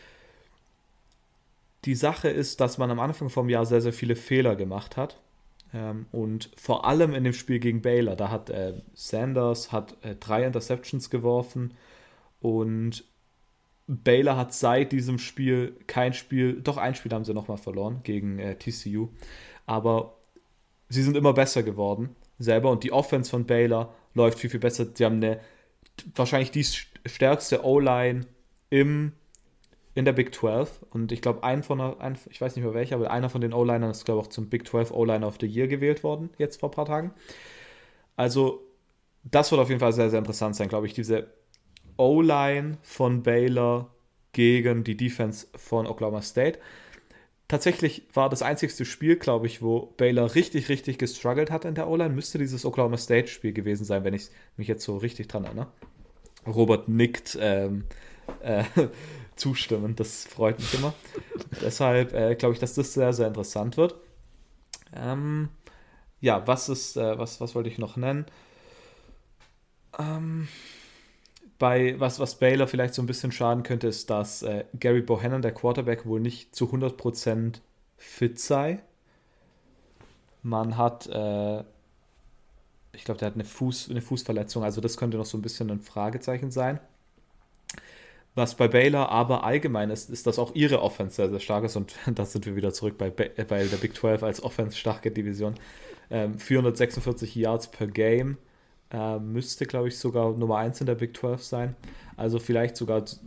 Die Sache ist, dass man am Anfang vom Jahr sehr, sehr viele Fehler gemacht hat. Ähm, und vor allem in dem Spiel gegen Baylor, da hat äh, Sanders hat, äh, drei Interceptions geworfen und Baylor hat seit diesem Spiel kein Spiel, doch ein Spiel haben sie nochmal verloren gegen äh, T C U, aber sie sind immer besser geworden selber und die Offense von Baylor läuft viel, viel besser. Sie haben eine, wahrscheinlich die stärkste O-Line im in der Big zwölf und ich glaube, ein von der, ein, ich weiß nicht mehr welcher, aber einer von den O-Linern ist, glaube ich, auch zum Big zwölf O-Liner of the Year gewählt worden, jetzt vor ein paar Tagen. Also, das wird auf jeden Fall sehr, sehr interessant sein, glaube ich, diese O-Line von Baylor gegen die Defense von Oklahoma State. Tatsächlich war das einzigste Spiel, glaube ich, wo Baylor richtig, richtig gestruggelt hat in der O-Line, müsste dieses Oklahoma State-Spiel gewesen sein, wenn ich mich jetzt so richtig dran erinnere. Robert nickt, ähm, äh, zustimmen. Das freut mich immer. Deshalb äh, glaube ich, dass das sehr, sehr interessant wird. Ähm, ja, was ist, äh, was, was wollte ich noch nennen? Ähm, bei, was, was Baylor vielleicht so ein bisschen schaden könnte, ist, dass äh, Gary Bohannon, der Quarterback, wohl nicht zu hundert Prozent fit sei. Man hat, äh, ich glaube, der hat eine, Fuß, eine Fußverletzung, also das könnte noch so ein bisschen ein Fragezeichen sein. Was bei Baylor aber allgemein ist, ist, dass auch ihre Offense sehr, sehr stark ist. Und da sind wir wieder zurück bei, bei der Big zwölf als Offense-starke Division. Ähm, vierhundertsechsundvierzig Yards per Game äh, müsste, glaube ich, sogar Nummer eins in der Big zwölf sein. Also vielleicht sogar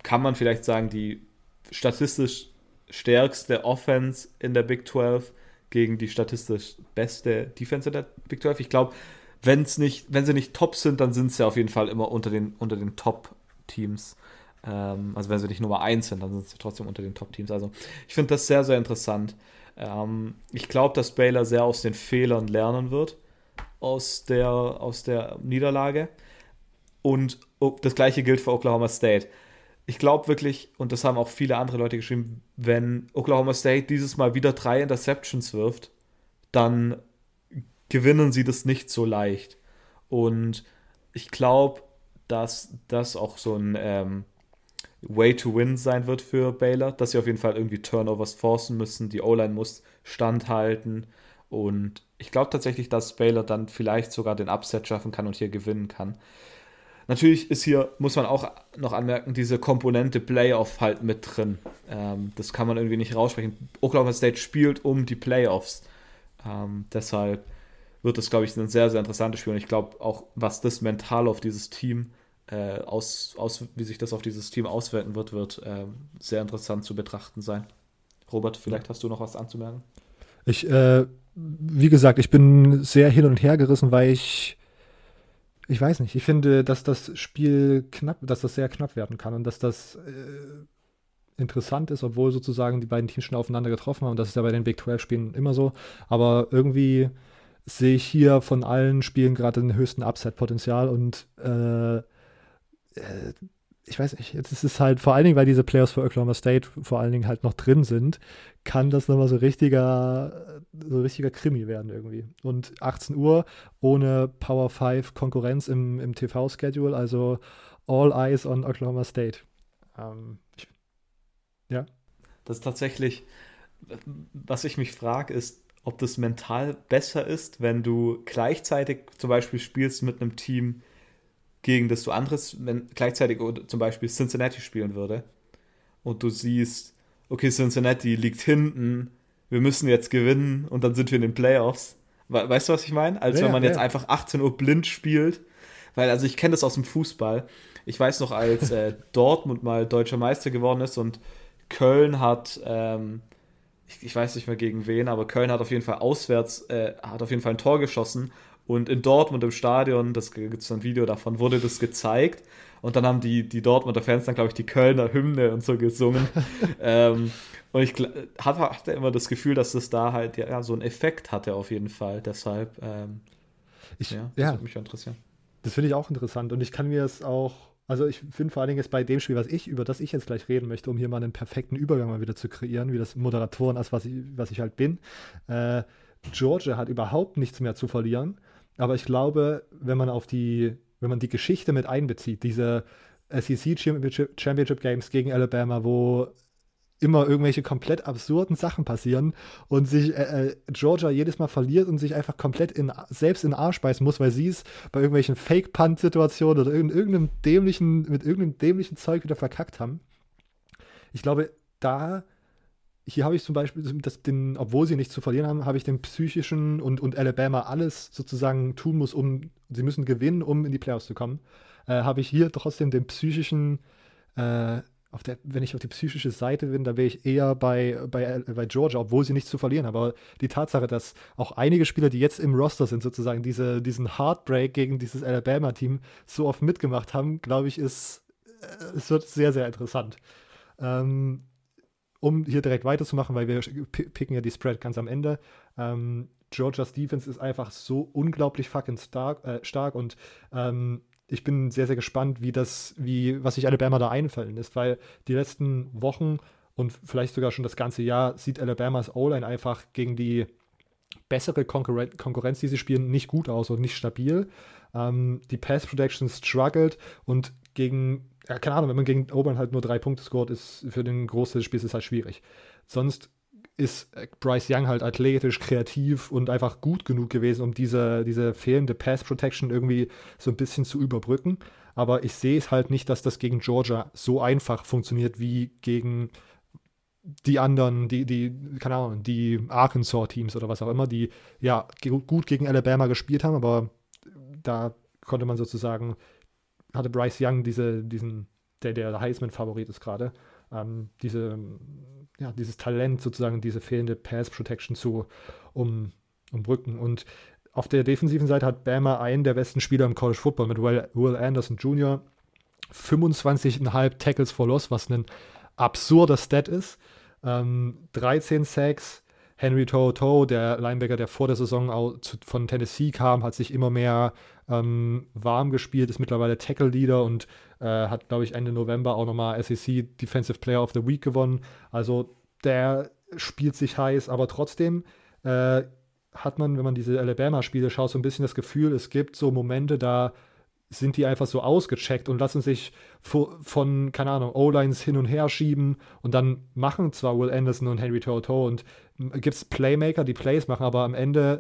kann man vielleicht sagen, die statistisch stärkste Offense in der Big zwölf gegen die statistisch beste Defense in der Big zwölf. Ich glaube, wenn's nicht, wenn sie nicht top sind, dann sind sie auf jeden Fall immer unter den, unter den Top-Teams. Ähm, also wenn sie nicht Nummer eins sind, dann sind sie trotzdem unter den Top-Teams. Also ich finde das sehr, sehr interessant. Ähm, ich glaube, dass Baylor sehr aus den Fehlern lernen wird, aus der, aus der Niederlage. Und das gleiche gilt für Oklahoma State. Ich glaube wirklich, und das haben auch viele andere Leute geschrieben, wenn Oklahoma State dieses Mal wieder drei Interceptions wirft, dann gewinnen sie das nicht so leicht. Und ich glaube, dass das auch so ein ähm, Way to win sein wird für Baylor, dass sie auf jeden Fall irgendwie Turnovers forcen müssen, die O-Line muss standhalten. Und ich glaube tatsächlich, dass Baylor dann vielleicht sogar den Upset schaffen kann und hier gewinnen kann. Natürlich ist hier, muss man auch noch anmerken, diese Komponente Playoff halt mit drin. Ähm, das kann man irgendwie nicht raussprechen. Oklahoma State spielt um die Playoffs. Ähm, deshalb wird das, glaube ich, ein sehr, sehr interessantes Spiel. Und ich glaube auch, was das mental auf dieses Team, äh, aus, aus, wie sich das auf dieses Team auswirken wird, wird äh, sehr interessant zu betrachten sein. Robert, vielleicht hast du noch was anzumerken? Ich, äh, wie gesagt, ich bin sehr hin und her gerissen, weil ich Ich weiß nicht, ich finde, dass das Spiel knapp, dass das sehr knapp werden kann und dass das äh, interessant ist, obwohl sozusagen die beiden Teams schon aufeinander getroffen haben. Und das ist ja bei den Big zwölf-Spielen immer so. Aber irgendwie sehe ich hier von allen Spielen gerade den höchsten Upset-Potenzial und äh, äh, ich weiß nicht, jetzt ist es halt, vor allen Dingen, weil diese Playoffs für Oklahoma State vor allen Dingen halt noch drin sind, kann das nochmal so richtiger, so richtiger Krimi werden irgendwie. Und achtzehn Uhr ohne Power fünf Konkurrenz im, im T V-Schedule, also all eyes on Oklahoma State. Ähm, ich, ja. Das ist tatsächlich, was ich mich frage, ist, ob das mental besser ist, wenn du gleichzeitig zum Beispiel spielst mit einem Team, gegen das du anderes, wenn gleichzeitig zum Beispiel Cincinnati spielen würde und du siehst, okay, Cincinnati liegt hinten, wir müssen jetzt gewinnen und dann sind wir in den Playoffs. We- weißt du, was ich meine? Als Ja, wenn man ja. jetzt einfach achtzehn Uhr blind spielt. Weil, also ich kenne das aus dem Fußball. Ich weiß noch, als äh, Dortmund mal deutscher Meister geworden ist und Köln hat, ähm, ich, ich weiß nicht mehr gegen wen, aber Köln hat auf jeden Fall auswärts, äh, hat auf jeden Fall ein Tor geschossen. Und in Dortmund im Stadion, das gibt es ein Video davon, wurde das gezeigt. Und dann haben die, die Dortmunder Fans dann, glaube ich, die Kölner Hymne und so gesungen. ähm, und ich gl- hatte, hatte immer das Gefühl, dass das da halt ja, so einen Effekt hatte auf jeden Fall. Deshalb, ähm, Ich, ja, das ja, würde mich interessieren. das finde ich auch interessant und ich kann mir es auch, also ich finde vor allen Dingen jetzt bei dem Spiel, was ich, über das ich jetzt gleich reden möchte, um hier mal einen perfekten Übergang mal wieder zu kreieren, wie das Moderatoren ist, was ich, was ich halt bin. Äh, Georgia hat überhaupt nichts mehr zu verlieren, aber ich glaube, wenn man auf die, wenn man die Geschichte mit einbezieht, diese S E C Championship, Championship Games gegen Alabama, wo immer irgendwelche komplett absurden Sachen passieren und sich äh, äh, Georgia jedes Mal verliert und sich einfach komplett in, selbst in den Arsch beißen muss, weil sie es bei irgendwelchen Fake-Punt-Situationen oder in irgendeinem dämlichen, mit irgendeinem dämlichen Zeug wieder verkackt haben. Ich glaube, da, hier habe ich zum Beispiel, das, den, obwohl sie nichts zu verlieren haben, habe ich den psychischen und, und Alabama alles sozusagen tun muss, um, sie müssen gewinnen, um in die Playoffs zu kommen, äh, habe ich hier trotzdem den psychischen äh, auf der, wenn ich auf die psychische Seite bin, dann wäre ich eher bei, bei, bei Georgia, obwohl sie nichts zu verlieren haben. Aber die Tatsache, dass auch einige Spieler, die jetzt im Roster sind, sozusagen diese, diesen Heartbreak gegen dieses Alabama-Team so oft mitgemacht haben, glaube ich, ist, äh, es wird sehr, sehr interessant. Ähm, um hier direkt weiterzumachen, weil wir p- picken ja die Spread ganz am Ende. Ähm, Georgia's Defense ist einfach so unglaublich fucking stark, äh, stark und ähm, ich bin sehr, sehr gespannt, wie das, wie, was sich Alabama da einfallen lässt, weil die letzten Wochen und vielleicht sogar schon das ganze Jahr sieht Alabamas O-Line einfach gegen die bessere Konkurren- Konkurrenz, die sie spielen, nicht gut aus und nicht stabil. Ähm, die Pass Protection struggled und gegen, ja, keine Ahnung, wenn man gegen Auburn halt nur drei Punkte scoret, ist für den Großteil des Spiels ist halt schwierig. Sonst ist Bryce Young halt athletisch, kreativ und einfach gut genug gewesen, um diese, diese fehlende Pass-Protection irgendwie so ein bisschen zu überbrücken. Aber ich sehe es halt nicht, dass das gegen Georgia so einfach funktioniert wie gegen die anderen, die, die, keine Ahnung, die Arkansas-Teams oder was auch immer, die ja gut gegen Alabama gespielt haben, aber da konnte man sozusagen, hatte Bryce Young diese, diesen der der Heisman-Favorit ist gerade, ähm, diese, ja, dieses Talent sozusagen, diese fehlende Pass-Protection zu um, umbrücken. Und auf der defensiven Seite hat Bama einen der besten Spieler im College Football mit Will, Will Anderson Junior fünfundzwanzig Komma fünf Tackles for Loss, was ein absurder Stat ist. Ähm, dreizehn Sacks. Henry To'oTo'o, der Linebacker, der vor der Saison auch zu, von Tennessee kam, hat sich immer mehr ähm, warm gespielt, ist mittlerweile Tackle-Leader und äh, hat, glaube ich, Ende November auch nochmal S E C Defensive Player of the Week gewonnen. Also der spielt sich heiß, aber trotzdem äh, hat man, wenn man diese Alabama-Spiele schaut, so ein bisschen das Gefühl, es gibt so Momente, da sind die einfach so ausgecheckt und lassen sich von, keine Ahnung, O-Lines hin und her schieben und dann machen zwar Will Anderson und Henry To'oTo'o und gibt es Playmaker, die Plays machen, aber am Ende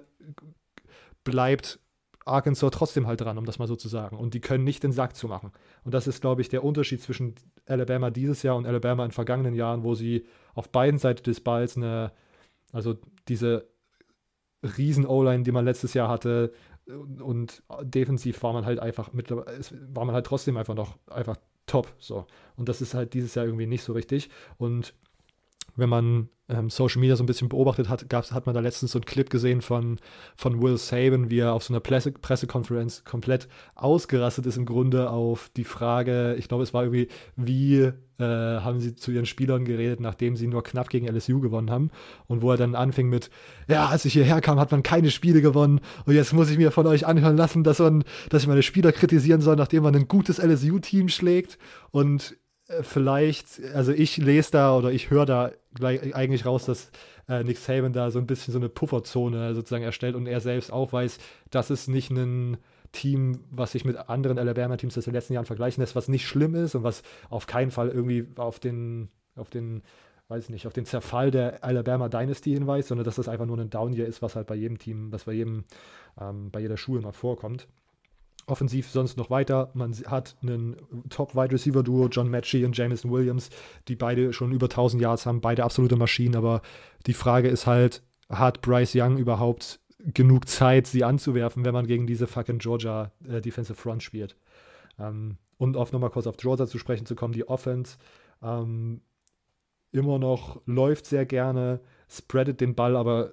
bleibt Arkansas trotzdem halt dran, um das mal so zu sagen. Und die können nicht den Sack zu machen. Und das ist, glaube ich, der Unterschied zwischen Alabama dieses Jahr und Alabama in vergangenen Jahren, wo sie auf beiden Seiten des Balls eine, also diese riesen O-Line, die man letztes Jahr hatte, und defensiv war man halt einfach mittlerweile, war man halt trotzdem einfach noch einfach top. So. Und das ist halt dieses Jahr irgendwie nicht so richtig. Und wenn man ähm, Social Media so ein bisschen beobachtet hat, gab's, hat man da letztens so einen Clip gesehen von, von Will Saban, wie er auf so einer Presse, Pressekonferenz komplett ausgerastet ist im Grunde auf die Frage, ich glaube, es war irgendwie, wie äh, haben sie zu ihren Spielern geredet, nachdem sie nur knapp gegen L S U gewonnen haben und wo er dann anfing mit, ja, als ich hierher kam, hat man keine Spiele gewonnen und jetzt muss ich mir von euch anhören lassen, dass, man, dass ich meine Spieler kritisieren soll, nachdem man ein gutes L S U-Team schlägt und vielleicht, also ich lese da oder ich höre da gleich eigentlich raus, dass äh, Nick Saban da so ein bisschen so eine Pufferzone sozusagen erstellt und er selbst auch weiß, dass es nicht ein Team, was sich mit anderen Alabama-Teams aus den letzten Jahren vergleichen lässt, was nicht schlimm ist und was auf keinen Fall irgendwie auf den, auf den, weiß ich nicht, auf den Zerfall der Alabama Dynasty hinweist, sondern dass das einfach nur ein Down-Year ist, was halt bei jedem Team, was bei jedem, ähm, bei jeder Schule mal vorkommt. Offensiv sonst noch weiter. Man hat einen Top-Wide-Receiver-Duo, John Mechie und Jameson Williams, die beide schon über tausend Yards haben, beide absolute Maschinen, aber die Frage ist halt, hat Bryce Young überhaupt genug Zeit, sie anzuwerfen, wenn man gegen diese fucking Georgia äh, Defensive Front spielt? Ähm, und auf nochmal kurz auf Georgia zu sprechen zu kommen, die Offense ähm, immer noch läuft sehr gerne, spreadet den Ball aber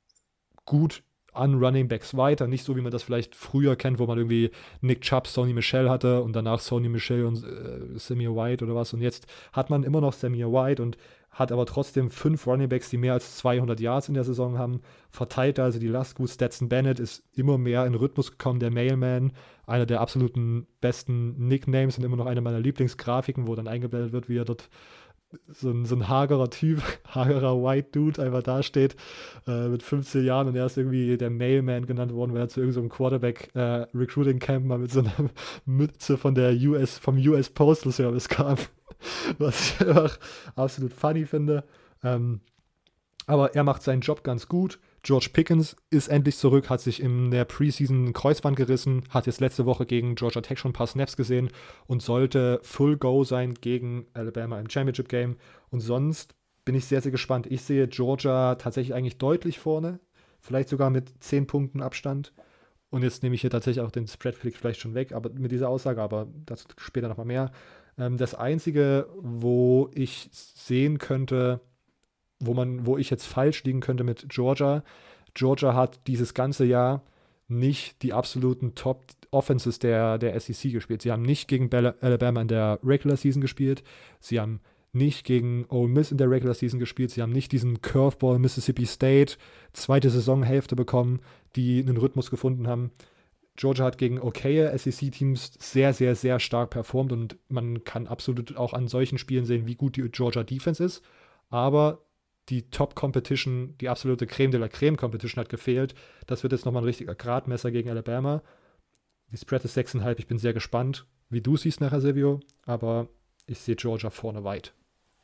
gut an Running Backs weiter, nicht so wie man das vielleicht früher kennt, wo man irgendwie Nick Chubb, Sony Michel hatte und danach Sony Michel und äh, Samir White oder was und jetzt hat man immer noch Samir White und hat aber trotzdem fünf Running Backs, die mehr als zweihundert Yards in der Saison haben, verteilt also die Last gut. Stetson Bennett ist immer mehr in Rhythmus gekommen, der Mailman, einer der absoluten besten Nicknames und immer noch eine meiner Lieblingsgrafiken, wo dann eingeblendet wird, wie er dort so ein, so ein hagerer Typ, hagerer White Dude einfach dasteht äh, mit fünfzehn Jahren und er ist irgendwie der Mailman genannt worden, weil er zu irgendeinem so Quarterback-Recruiting-Camp äh, mal mit so einer Mütze von der U S, vom U S Postal Service kam, was ich einfach absolut funny finde. Ähm, aber er macht seinen Job ganz gut. George Pickens ist endlich zurück, hat sich in der Preseason ein Kreuzband gerissen, hat jetzt letzte Woche gegen Georgia Tech schon ein paar Snaps gesehen und sollte Full Go sein gegen Alabama im Championship Game. Und sonst bin ich sehr, sehr gespannt. Ich sehe Georgia tatsächlich eigentlich deutlich vorne, vielleicht sogar mit zehn Punkten Abstand. Und jetzt nehme ich hier tatsächlich auch den Spread vielleicht schon weg, aber mit dieser Aussage, aber dazu später nochmal mehr. Ähm, das Einzige, wo ich sehen könnte, wo man, wo ich jetzt falsch liegen könnte mit Georgia. Georgia hat dieses ganze Jahr nicht die absoluten Top-Offenses der, der S E C gespielt. Sie haben nicht gegen Alabama in der Regular Season gespielt. Sie haben nicht gegen Ole Miss in der Regular Season gespielt. Sie haben nicht diesen Curveball Mississippi State zweite Saisonhälfte bekommen, die einen Rhythmus gefunden haben. Georgia hat gegen okaye S E C-Teams sehr, sehr, sehr stark performt und man kann absolut auch an solchen Spielen sehen, wie gut die Georgia Defense ist. Aber die Top-Competition, die absolute Creme de la Creme-Competition hat gefehlt. Das wird jetzt nochmal ein richtiger Gradmesser gegen Alabama. Die Spread ist sechs Komma fünf. Ich bin sehr gespannt, wie du siehst nachher, Silvio. Aber ich sehe Georgia vorne weit.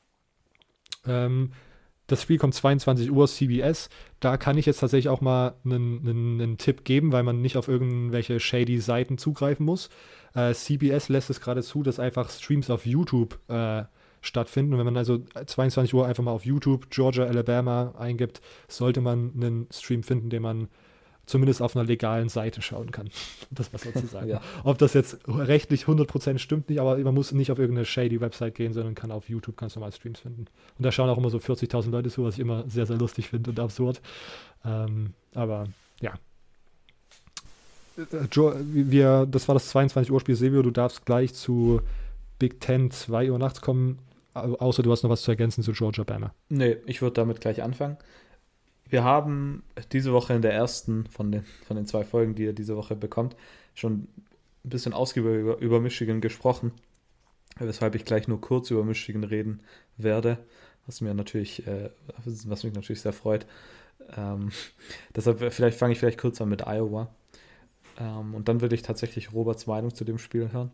Ähm, das Spiel kommt zweiundzwanzig Uhr, C B S. Da kann ich jetzt tatsächlich auch mal einen, einen, einen Tipp geben, weil man nicht auf irgendwelche shady Seiten zugreifen muss. Äh, C B S lässt es gerade zu, dass einfach Streams auf YouTube äh, stattfinden. Und wenn man also zweiundzwanzig Uhr einfach mal auf YouTube Georgia, Alabama eingibt, sollte man einen Stream finden, den man zumindest auf einer legalen Seite schauen kann. Das was sozusagen. Ja. Ob das jetzt rechtlich hundert Prozent stimmt nicht, aber man muss nicht auf irgendeine shady Website gehen, sondern kann auf YouTube ganz normal Streams finden. Und da schauen auch immer so vierzigtausend Leute zu, was ich immer sehr, sehr lustig finde und absurd. Ähm, aber ja. Joe, wir, das war das zweiundzwanzig Uhr Spiel. Silvio, du darfst gleich zu Big Ten zwei Uhr nachts kommen, außer du hast noch was zu ergänzen zu Georgia Bama. Nee, ich würde damit gleich anfangen. Wir haben diese Woche in der ersten von den, von den zwei Folgen, die ihr diese Woche bekommt, schon ein bisschen ausgiebig über, über Michigan gesprochen, weshalb ich gleich nur kurz über Michigan reden werde, was mir natürlich, äh, was mich natürlich sehr freut. Ähm, deshalb vielleicht fange ich vielleicht kurz an mit Iowa. Ähm, und dann würde ich tatsächlich Roberts Meinung zu dem Spiel hören.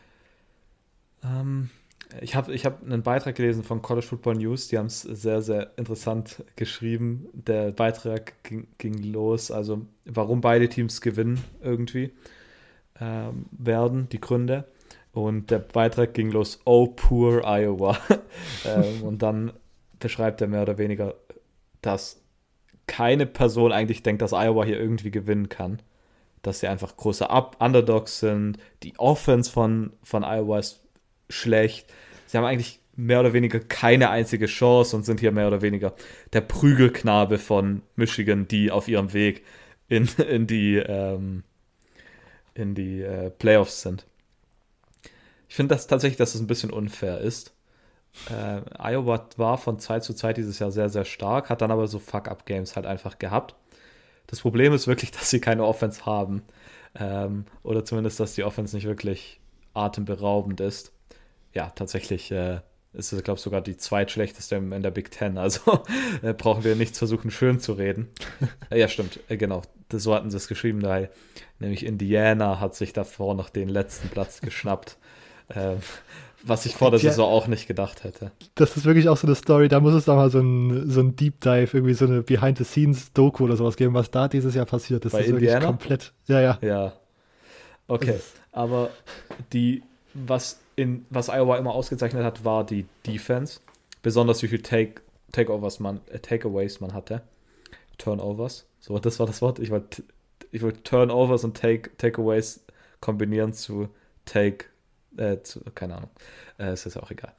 Ähm, Ich habe ich hab einen Beitrag gelesen von College Football News, die haben es sehr, sehr interessant geschrieben. Der Beitrag ging, ging los, also warum beide Teams gewinnen irgendwie ähm, werden, die Gründe. Und der Beitrag ging los, oh, poor Iowa. ähm, und dann beschreibt er mehr oder weniger, dass keine Person eigentlich denkt, dass Iowa hier irgendwie gewinnen kann. Dass sie einfach große Up- Underdogs sind. Die Offense von, von Iowa ist schlecht. Sie haben eigentlich mehr oder weniger keine einzige Chance und sind hier mehr oder weniger der Prügelknabe von Michigan, die auf ihrem Weg in, in die, ähm, in die äh, Playoffs sind. Ich finde das tatsächlich, dass es ein bisschen unfair ist. Äh, Iowa war von Zeit zu Zeit dieses Jahr sehr, sehr stark, hat dann aber so Fuck-Up-Games halt einfach gehabt. Das Problem ist wirklich, dass sie keine Offense haben. Ähm, oder zumindest, dass die Offense nicht wirklich atemberaubend ist. Ja, tatsächlich äh, ist es, glaube ich, sogar die zweitschlechteste in der Big Ten. Also äh, brauchen wir nichts versuchen, schön zu reden. äh, ja, stimmt, äh, genau. Das, so hatten sie es geschrieben. Da, nämlich Indiana hat sich davor noch den letzten Platz geschnappt. Äh, was ich vor der ja, Saison auch nicht gedacht hätte. Das ist wirklich auch so eine Story. Da muss es doch mal so ein, so ein Deep Dive, irgendwie so eine Behind-the-Scenes-Doku oder sowas geben, was da dieses Jahr passiert ist. Bei das ist Indiana? Wirklich komplett. Ja, ja. Ja. Okay. Aber die, was in was Iowa immer ausgezeichnet hat, war die Defense. Besonders wie viel Take, Takeovers man, äh, Takeaways man hatte. Turnovers. So, das war das Wort. Ich wollte ich wollt Turnovers und Take, Takeaways kombinieren zu Take, äh, zu, keine Ahnung. Äh, es ist auch egal.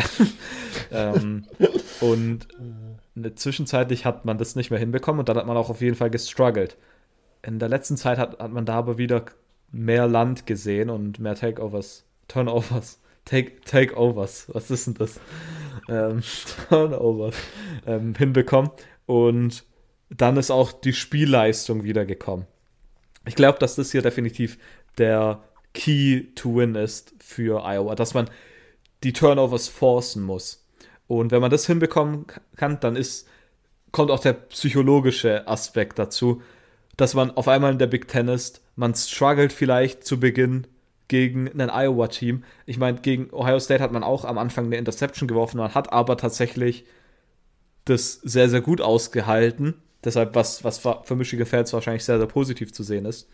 ähm, und eine, zwischenzeitlich hat man das nicht mehr hinbekommen und dann hat man auch auf jeden Fall gestruggelt. In der letzten Zeit hat, hat man da aber wieder mehr Land gesehen und mehr Takeovers, Turnovers, Take, Takeovers, was ist denn das? Ähm, Turnovers ähm, hinbekommen und dann ist auch die Spielleistung wieder gekommen. Ich glaube, dass das hier definitiv der Key to win ist für Iowa, dass man die Turnovers forcen muss. Und wenn man das hinbekommen kann, dann ist, kommt auch der psychologische Aspekt dazu, dass man auf einmal in der Big Ten ist, man struggelt vielleicht zu Beginn gegen ein Iowa-Team. Ich meine, gegen Ohio State hat man auch am Anfang eine Interception geworfen, man hat aber tatsächlich das sehr, sehr gut ausgehalten. Deshalb, was, was für Michigan-Fans wahrscheinlich sehr, sehr positiv zu sehen ist.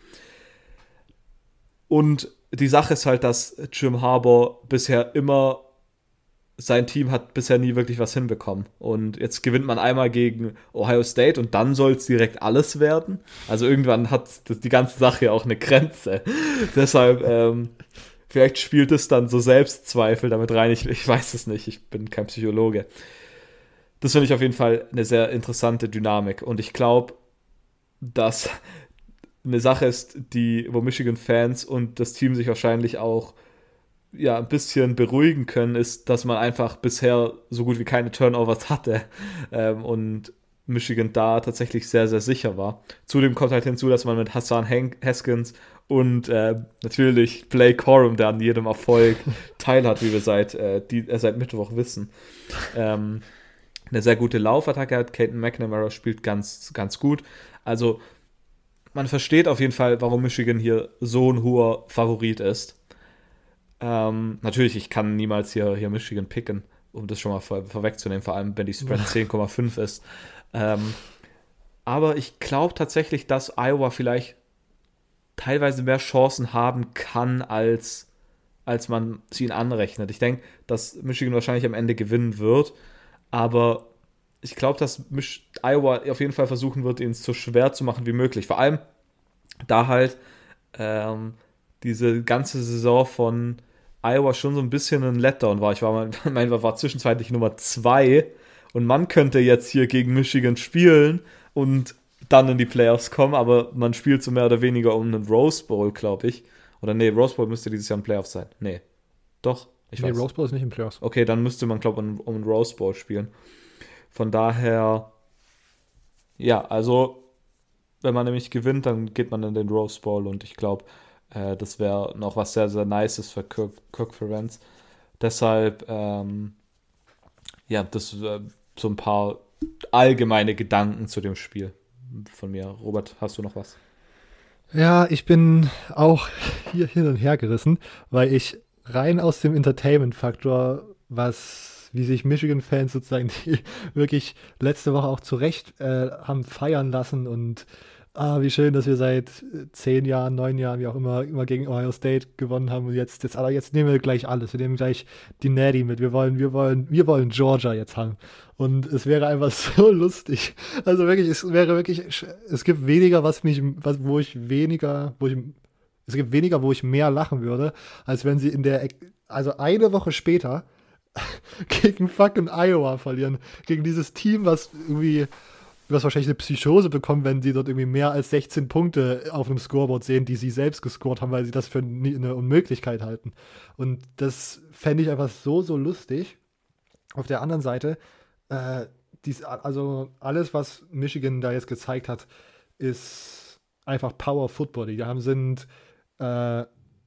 Und die Sache ist halt, dass Jim Harbaugh bisher immer, sein Team hat bisher nie wirklich was hinbekommen. Und jetzt gewinnt man einmal gegen Ohio State und dann soll es direkt alles werden. Also irgendwann hat die ganze Sache ja auch eine Grenze. Deshalb, ähm, vielleicht spielt es dann so Selbstzweifel damit rein. Ich, ich weiß es nicht, ich bin kein Psychologe. Das finde ich auf jeden Fall eine sehr interessante Dynamik. Und ich glaube, dass eine Sache ist, die, wo Michigan-Fans und das Team sich wahrscheinlich auch ja, ein bisschen beruhigen können, ist, dass man einfach bisher so gut wie keine Turnovers hatte ähm, und Michigan da tatsächlich sehr, sehr sicher war. Zudem kommt halt hinzu, dass man mit Hassan Haskins und äh, natürlich Blake Corum, der an jedem Erfolg teilhat, wie wir seit, äh, die, äh, seit Mittwoch wissen. Ähm, eine sehr gute Laufattacke hat. Caden McNamara spielt ganz, ganz gut. Also man versteht auf jeden Fall, warum Michigan hier so ein hoher Favorit ist. Ähm, natürlich, ich kann niemals hier, hier Michigan picken, um das schon mal vor, vorwegzunehmen, vor allem wenn die Spread zehn Komma fünf ist. Ähm, aber ich glaube tatsächlich, dass Iowa vielleicht teilweise mehr Chancen haben kann, als, als man sie ihnen anrechnet. Ich denke, dass Michigan wahrscheinlich am Ende gewinnen wird, aber ich glaube, dass Iowa auf jeden Fall versuchen wird, ihnen es so schwer zu machen wie möglich. Vor allem, da halt ähm, diese ganze Saison von Iowa schon so ein bisschen ein Letdown war. Ich war mal, mein, war zwischenzeitlich Nummer zwei und man könnte jetzt hier gegen Michigan spielen und dann in die Playoffs kommen, aber man spielt so mehr oder weniger um einen Rose Bowl, glaube ich. Oder nee, Rose Bowl müsste dieses Jahr ein Playoffs sein. Nee. Doch, ich nee, weiß. Rose Bowl ist nicht im Playoffs. Okay, dann müsste man, glaube ich, um, um einen Rose Bowl spielen. Von daher, ja, also, wenn man nämlich gewinnt, dann geht man in den Rose Bowl und ich glaube, äh, das wäre noch was sehr, sehr Nices für Kirk, Kirk Ferentz. Deshalb, ähm, ja, das äh, so ein paar allgemeine Gedanken zu dem Spiel von mir. Robert, hast du noch was? Ja, ich bin auch hier hin und her gerissen, weil ich rein aus dem Entertainment-Faktor, was, wie sich Michigan-Fans sozusagen, die wirklich letzte Woche auch zu Recht äh, haben feiern lassen und ah, wie schön, dass wir seit äh, zehn Jahren, neun Jahren, wie auch immer, immer gegen Ohio State gewonnen haben und jetzt, jetzt, aber jetzt nehmen wir gleich alles. Wir nehmen gleich die Natty mit. Wir wollen, wir wollen, wir wollen Georgia jetzt haben. Und es wäre einfach so lustig. Also wirklich, es wäre wirklich, es gibt weniger, was mich, was, wo ich weniger, wo ich, es gibt weniger, wo ich mehr lachen würde, als wenn sie in der, also eine Woche später gegen fucking Iowa verlieren. Gegen dieses Team, was irgendwie, was wahrscheinlich eine Psychose bekommen, wenn sie dort irgendwie mehr als sechzehn Punkte auf einem Scoreboard sehen, die sie selbst gescored haben, weil sie das für eine Unmöglichkeit halten. Und das fände ich einfach so, so lustig. Auf der anderen Seite, äh, dies, also alles, was Michigan da jetzt gezeigt hat, ist einfach Power Football. Die haben sind, äh,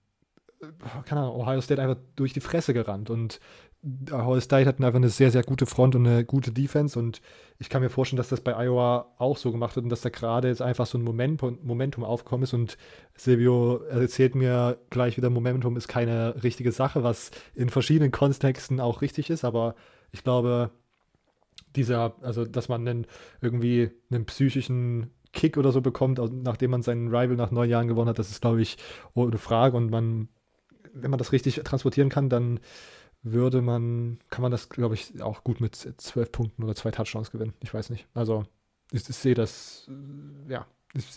keine Ahnung, Ohio State einfach durch die Fresse gerannt und Ohio State hatten einfach eine sehr, sehr gute Front und eine gute Defense und ich kann mir vorstellen, dass das bei Iowa auch so gemacht wird und dass da gerade jetzt einfach so ein Momentum, Momentum aufgekommen ist und Silvio erzählt mir gleich wieder, Momentum ist keine richtige Sache, was in verschiedenen Kontexten auch richtig ist, aber ich glaube, dieser, also dass man einen, irgendwie einen psychischen Kick oder so bekommt, nachdem man seinen Rival nach neun Jahren gewonnen hat, das ist, glaube ich, ohne Frage und man, wenn man das richtig transportieren kann, dann würde man, kann man das, glaube ich, auch gut mit zwölf Punkten oder zwei Touchdowns gewinnen. Ich weiß nicht. Also, ich, ich sehe das, äh, ja. Ich,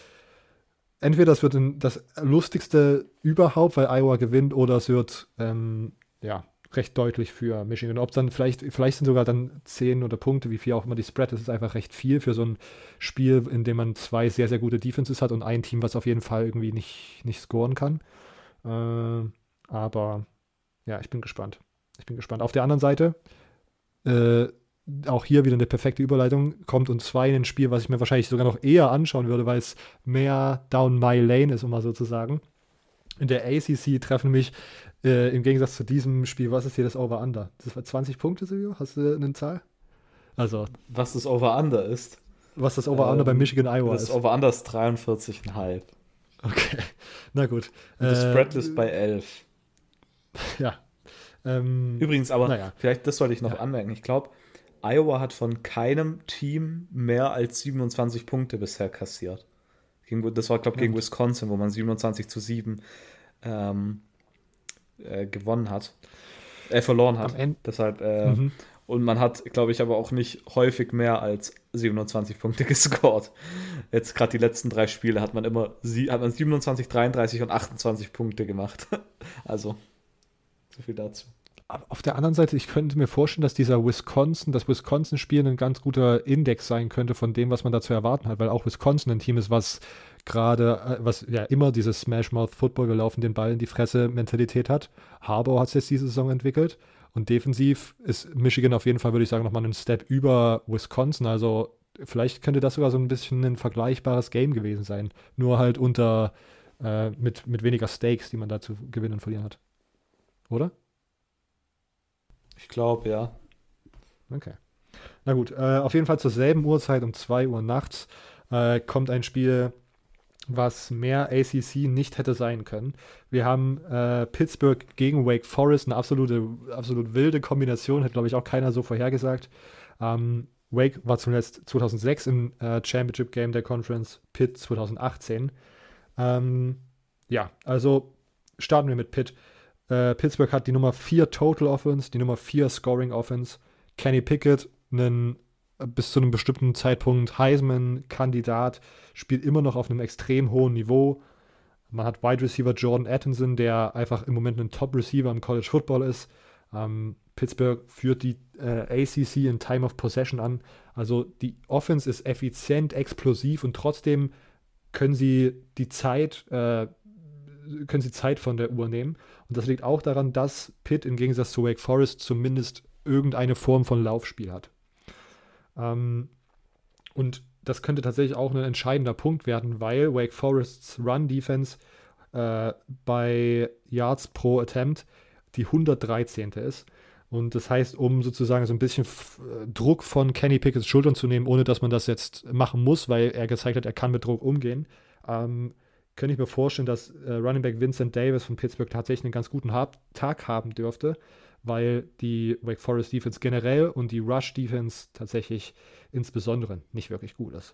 entweder das wird ein, das Lustigste überhaupt, weil Iowa gewinnt, oder es wird, ähm, ja, recht deutlich für Michigan. Ob es dann vielleicht, vielleicht sind sogar dann zehn oder Punkte, wie viel auch immer die Spread ist, ist einfach recht viel für so ein Spiel, in dem man zwei sehr, sehr gute Defenses hat und ein Team, was auf jeden Fall irgendwie nicht, nicht scoren kann. Äh, aber, ja, ich bin gespannt. Ich bin gespannt. Auf der anderen Seite, äh, auch hier wieder eine perfekte Überleitung, kommt uns zwei in ein Spiel, was ich mir wahrscheinlich sogar noch eher anschauen würde, weil es mehr down my lane ist, um mal so zu sagen. In der A C C treffen mich äh, im Gegensatz zu diesem Spiel, was ist hier das Over-Under? Das war zwanzig Punkte, Silvio? Hast du eine Zahl? Also. Was das Over-Under ist? Was das Over-Under ähm, bei Michigan, Iowa das ist. Das Over-Under ist dreiundvierzig Komma fünf. Okay, na gut. Und das äh, Spread ist bei elf. Ja. Ähm, Übrigens, aber naja. vielleicht, das sollte ich noch ja. anmerken. Ich glaube, Iowa hat von keinem Team mehr als siebenundzwanzig Punkte bisher kassiert. Das war, glaube ich, gegen ja. Wisconsin, wo man siebenundzwanzig zu sieben ähm, äh, gewonnen hat. Äh, verloren hat. Deshalb, äh, mhm. Und man hat, glaube ich, aber auch nicht häufig mehr als siebenundzwanzig Punkte gescored. Jetzt gerade die letzten drei Spiele hat man immer sie, hat man siebenundzwanzig, dreiunddreißig und achtundzwanzig Punkte gemacht. Also, so viel dazu. Auf der anderen Seite, ich könnte mir vorstellen, dass dieser Wisconsin, das Wisconsin-Spiel ein ganz guter Index sein könnte von dem, was man da zu erwarten hat, weil auch Wisconsin ein Team ist, was gerade, was ja immer dieses Smash-Mouth-Football, wir laufen den Ball in die Fresse-Mentalität hat. Harbaugh hat es jetzt diese Saison entwickelt und defensiv ist Michigan auf jeden Fall, würde ich sagen, nochmal einen Step über Wisconsin, also vielleicht könnte das sogar so ein bisschen ein vergleichbares Game gewesen sein, nur halt unter, äh, mit, mit weniger Stakes, die man da zu gewinnen und verlieren hat. Oder? Ich glaube, ja. Okay. Na gut, äh, auf jeden Fall zur selben Uhrzeit um zwei Uhr nachts äh, kommt ein Spiel, was mehr A C C nicht hätte sein können. Wir haben äh, Pittsburgh gegen Wake Forest, eine absolute, absolut wilde Kombination, hätte, glaube ich, auch keiner so vorhergesagt. Ähm, Wake war zuletzt zweitausendsechs im äh, Championship Game der Conference, Pitt zweitausendachtzehn. Ähm, ja, also starten wir mit Pitt. Uh, Pittsburgh hat die Nummer vier Total Offense, die Nummer vier Scoring Offense. Kenny Pickett, einen bis zu einem bestimmten Zeitpunkt Heisman-Kandidat, spielt immer noch auf einem extrem hohen Niveau. Man hat Wide Receiver Jordan Atkinson, der einfach im Moment ein Top-Receiver im College Football ist. Ähm, Pittsburgh führt die äh, A C C in Time of Possession an. Also die Offense ist effizient, explosiv und trotzdem können sie die Zeit, äh, können sie Zeit von der Uhr nehmen. Und das liegt auch daran, dass Pitt im Gegensatz zu Wake Forest zumindest irgendeine Form von Laufspiel hat. Ähm, und das könnte tatsächlich auch ein entscheidender Punkt werden, weil Wake Forests Run-Defense äh, bei Yards pro Attempt die hundertdreizehn. ist. Und das heißt, um sozusagen so ein bisschen F- Druck von Kenny Pickett's Schultern zu nehmen, ohne dass man das jetzt machen muss, weil er gezeigt hat, er kann mit Druck umgehen, ähm, könnte ich mir vorstellen, dass äh, Running Back Vincent Davis von Pittsburgh tatsächlich einen ganz guten Hab- Tag haben dürfte, weil die Wake Forest Defense generell und die Rush Defense tatsächlich insbesondere nicht wirklich gut ist.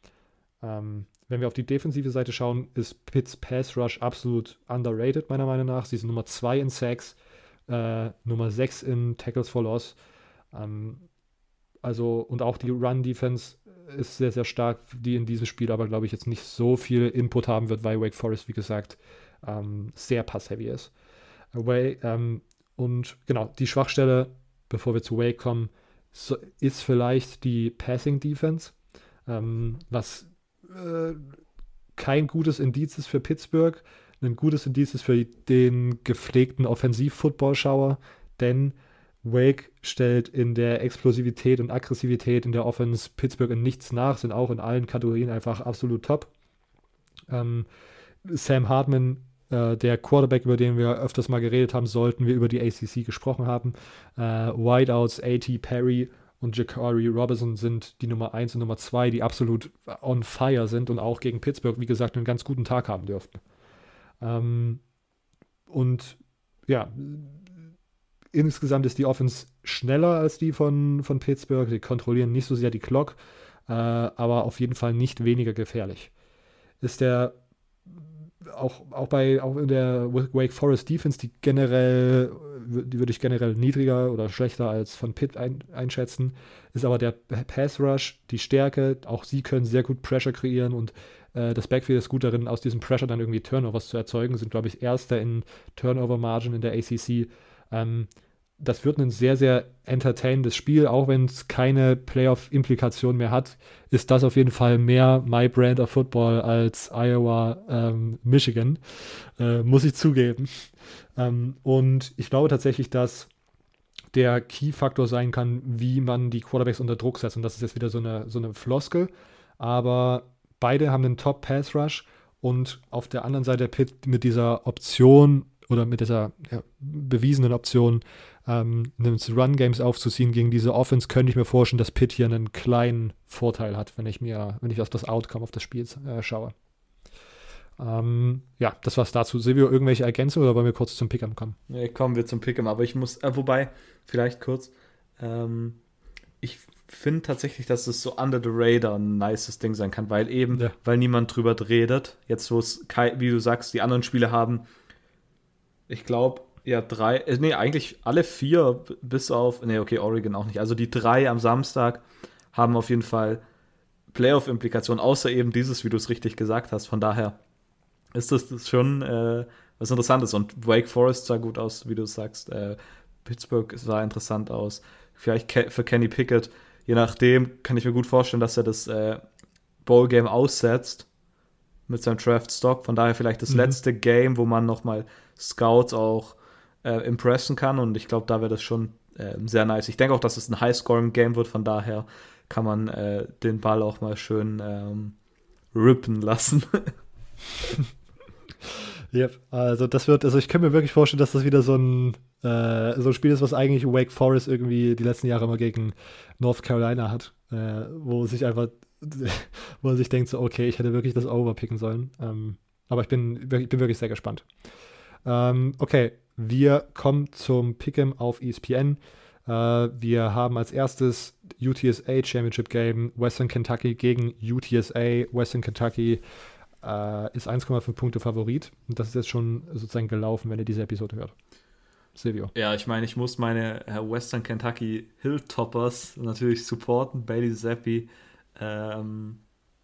Ähm, wenn wir auf die defensive Seite schauen, ist Pitts Pass Rush absolut underrated, meiner Meinung nach. Sie sind Nummer zwei in Sacks, äh, Nummer sechs in Tackles for Loss. Ähm, also, und auch die Run-Defense ist sehr, sehr stark, die in diesem Spiel aber, glaube ich, jetzt nicht so viel Input haben wird, weil Wake Forest, wie gesagt, ähm, sehr pass-heavy ist. Way, ähm, und genau, die Schwachstelle, bevor wir zu Wake kommen, so, ist vielleicht die Passing-Defense, ähm, was äh, kein gutes Indiz ist für Pittsburgh, ein gutes Indiz ist für den gepflegten Offensiv-Football-Schauer, denn Wake stellt in der Explosivität und Aggressivität in der Offense Pittsburgh in nichts nach, sind auch in allen Kategorien einfach absolut top. Ähm, Sam Hartman, äh, der Quarterback, über den wir öfters mal geredet haben, sollten wir über die A C C gesprochen haben. Äh, Wideouts, A T Perry und Ja'Cory Robinson sind die Nummer eins und Nummer zwei, die absolut on fire sind und auch gegen Pittsburgh, wie gesagt, einen ganz guten Tag haben dürften. Ähm, und ja, insgesamt ist die Offense schneller als die von, von Pittsburgh. Sie kontrollieren nicht so sehr die Clock, äh, aber auf jeden Fall nicht weniger gefährlich. Ist der auch, auch bei auch in der Wake Forest Defense, die generell, die würde ich generell niedriger oder schlechter als von Pitt ein, einschätzen, ist aber der Pass Rush die Stärke. Auch sie können sehr gut Pressure kreieren und äh, das Backfield ist gut darin, aus diesem Pressure dann irgendwie Turnovers zu erzeugen. Sind, glaube ich, Erster in Turnover Margin in der A C C. Ähm, das wird ein sehr, sehr entertainendes Spiel, auch wenn es keine Playoff-Implikation mehr hat, ist das auf jeden Fall mehr my brand of Football als Iowa, ähm, Michigan, äh, muss ich zugeben. Ähm, und ich glaube tatsächlich, dass der Key-Faktor sein kann, wie man die Quarterbacks unter Druck setzt. Und das ist jetzt wieder so eine, so eine Floskel, aber beide haben einen Top-Pass-Rush und auf der anderen Seite Pitt mit dieser Option oder mit dieser ja, bewiesenen Option, ähm, Run-Games aufzuziehen gegen diese Offense, könnte ich mir vorstellen, dass Pitt hier einen kleinen Vorteil hat, wenn ich mir, wenn ich auf das Outcome, auf das Spiel äh, schaue. Ähm, ja, das war's dazu. Silvio, irgendwelche Ergänzungen oder wollen wir kurz zum Pick'em kommen? Ja, kommen wir zum Pick'em, aber ich muss, äh, wobei, vielleicht kurz, ähm, ich finde tatsächlich, dass es so under the radar ein nices Ding sein kann, weil eben, ja. weil niemand drüber redet, jetzt wo es, wie du sagst, die anderen Spiele haben, ich glaube, ja, drei, äh, nee, eigentlich alle vier, bis auf, nee, okay, Oregon auch nicht. Also die drei am Samstag haben auf jeden Fall Playoff-Implikationen, außer eben dieses, wie du es richtig gesagt hast. Von daher ist das, das schon äh, was Interessantes. Und Wake Forest sah gut aus, wie du es sagst. Äh, Pittsburgh sah interessant aus. Vielleicht Ke- für Kenny Pickett, je nachdem, kann ich mir gut vorstellen, dass er das äh, Bowl-Game aussetzt mit seinem Draft-Stock. Von daher vielleicht das mhm. letzte Game, wo man nochmal Scouts auch äh, impressen kann. Und ich glaube, da wäre das schon äh, sehr nice. Ich denke auch, dass es ein High-Scoring-Game wird. Von daher kann man äh, den Ball auch mal schön ähm, rippen lassen. Yep, also das wird, also ich kann mir wirklich vorstellen, dass das wieder so ein, äh, so ein Spiel ist, was eigentlich Wake Forest irgendwie die letzten Jahre immer gegen North Carolina hat, äh, wo sich einfach, wo man sich denkt, so, okay, ich hätte wirklich das overpicken sollen. Ähm, aber ich bin, ich bin wirklich sehr gespannt. Ähm, okay, wir kommen zum Pick'em auf E S P N. Äh, wir haben als erstes U T S A Championship Game Western Kentucky gegen U T S A. Western Kentucky Uh, ist eins Komma fünf Punkte Favorit. Und das ist jetzt schon sozusagen gelaufen, wenn ihr diese Episode hört. Silvio. Ja, ich meine, ich muss meine äh, Western Kentucky Hilltoppers natürlich supporten. Bailey Zappi, ähm,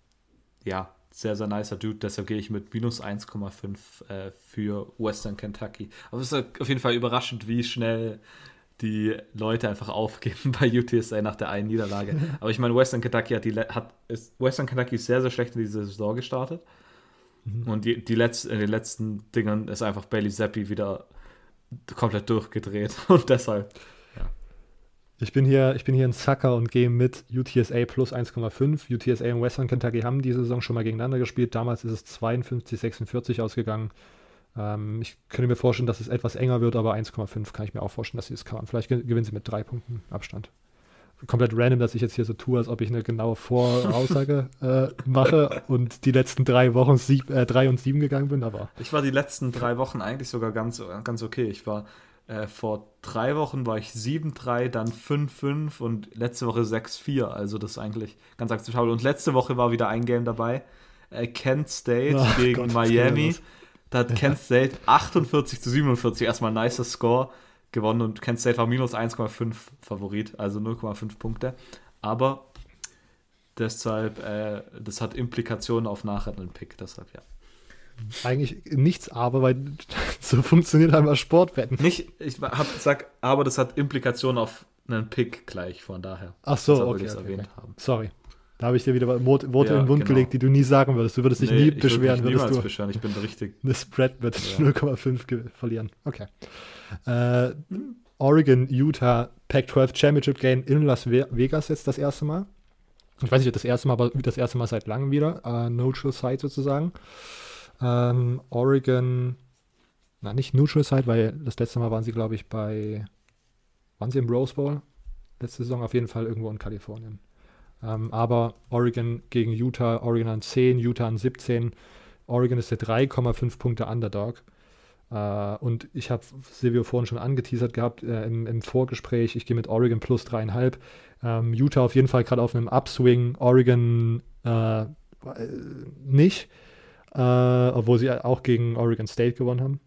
ja, sehr, sehr nicer Dude. Deshalb gehe ich mit minus eins Komma fünf äh, für Western Kentucky. Aber es ist auf jeden Fall überraschend, wie schnell die Leute einfach aufgeben bei U T S A nach der einen Niederlage. Aber ich meine, Western Kentucky hat die hat ist, Western Kentucky ist sehr, sehr schlecht in diese Saison gestartet. Mhm. Und die, die Letz-, in den letzten Dingern ist einfach Bailey Zappi wieder komplett durchgedreht. Und deshalb, ja. Ich bin hier, ich bin hier ein Sucker und gehe mit U T S A plus eins Komma fünf. U T S A und Western Kentucky haben diese Saison schon mal gegeneinander gespielt. Damals ist es zweiundfünfzig sechsundvierzig ausgegangen. Ähm, ich könnte mir vorstellen, dass es etwas enger wird, aber eins Komma fünf kann ich mir auch vorstellen, dass sie es kann. Vielleicht gewinnen sie mit drei Punkten Abstand. Komplett random, dass ich jetzt hier so tue, als ob ich eine genaue Voraussage äh, mache und die letzten drei Wochen sieb, äh, drei und sieben gegangen bin, aber. Ich war die letzten drei Wochen eigentlich sogar ganz, ganz okay. Ich war äh, vor drei Wochen war ich sieben drei, dann fünf fünf und letzte Woche sechs vier. Also das ist eigentlich ganz akzeptabel. Und letzte Woche war wieder ein Game dabei. Äh, Kent State oh, gegen Gott, Miami. Da hat ja. Kent State achtundvierzig zu siebenundvierzig, erstmal ein nicer Score gewonnen und Kent State war minus eins Komma fünf Favorit, also null Komma fünf Punkte. Aber deshalb, äh, das hat Implikationen auf nachher einen Pick, deshalb ja. Eigentlich nichts, aber, weil so funktioniert einmal Sportwetten. Nicht, ich hab gesagt, aber das hat Implikationen auf einen Pick gleich, von daher. Ach so, deshalb okay, ich es okay, erwähnt okay. haben. Sorry. Da habe ich dir wieder Worte ja, in den Mund genau. gelegt, die du nie sagen würdest. Du würdest dich nee, nie ich beschweren, würd mich würdest du beschweren. Ich bin richtig. eine Spread mit ja. null Komma fünf verlieren. Okay. Äh, Oregon, Utah, Pac zwölf Championship Game in Las Vegas jetzt das erste Mal. Ich weiß nicht, das erste Mal, aber das erste Mal seit langem wieder. Uh, Neutral Site sozusagen. Ähm, Oregon, na nicht Neutral Site, weil das letzte Mal waren sie, glaube ich, bei, waren sie im Rose Bowl? Letzte Saison auf jeden Fall irgendwo in Kalifornien. Ähm, aber Oregon gegen Utah, Oregon an zehn, Utah an siebzehn. Oregon ist der drei Komma fünf Punkte Underdog. Uh, und ich habe Silvio vorhin schon angeteasert gehabt äh, im, im Vorgespräch. Ich gehe mit Oregon plus dreieinhalb. Ähm, Utah auf jeden Fall gerade auf einem Upswing. Oregon äh, nicht, äh, obwohl sie auch gegen Oregon State gewonnen haben.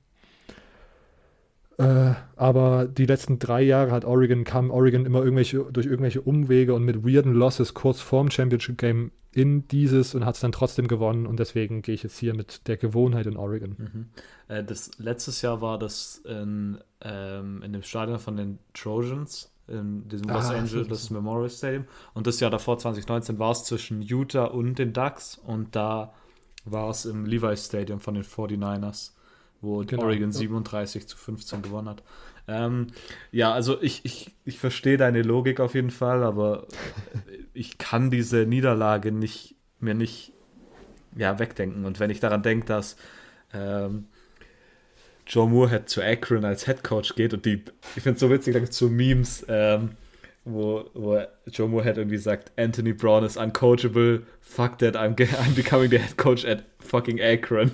Äh, aber die letzten drei Jahre hat Oregon, kam Oregon immer irgendwelche, durch irgendwelche Umwege und mit weirden Losses kurz vorm Championship Game in dieses und hat es dann trotzdem gewonnen und deswegen gehe ich jetzt hier mit der Gewohnheit in Oregon. Mhm. Äh, das, letztes Jahr war das in, ähm, in dem Stadion von den Trojans, in diesem Los Ah, Angeles so. Memorial Stadium, und das Jahr davor, zwanzig neunzehn, war es zwischen Utah und den Ducks und da war es im Levi's Stadium von den forty-niners, wo Genau. Oregon siebenunddreißig zu fünfzehn gewonnen hat. Ähm, ja, also ich, ich, ich verstehe deine Logik auf jeden Fall, aber ich kann diese Niederlage nicht, mir nicht ja, wegdenken. Und wenn ich daran denke, dass ähm, Joe Moorhead zu Akron als Headcoach geht und die, ich finde es so witzig, da gibt es so Memes, ähm, wo, wo Joe Moorhead irgendwie sagt, Anthony Brown is uncoachable, fuck that, I'm, I'm becoming the head coach at fucking Akron.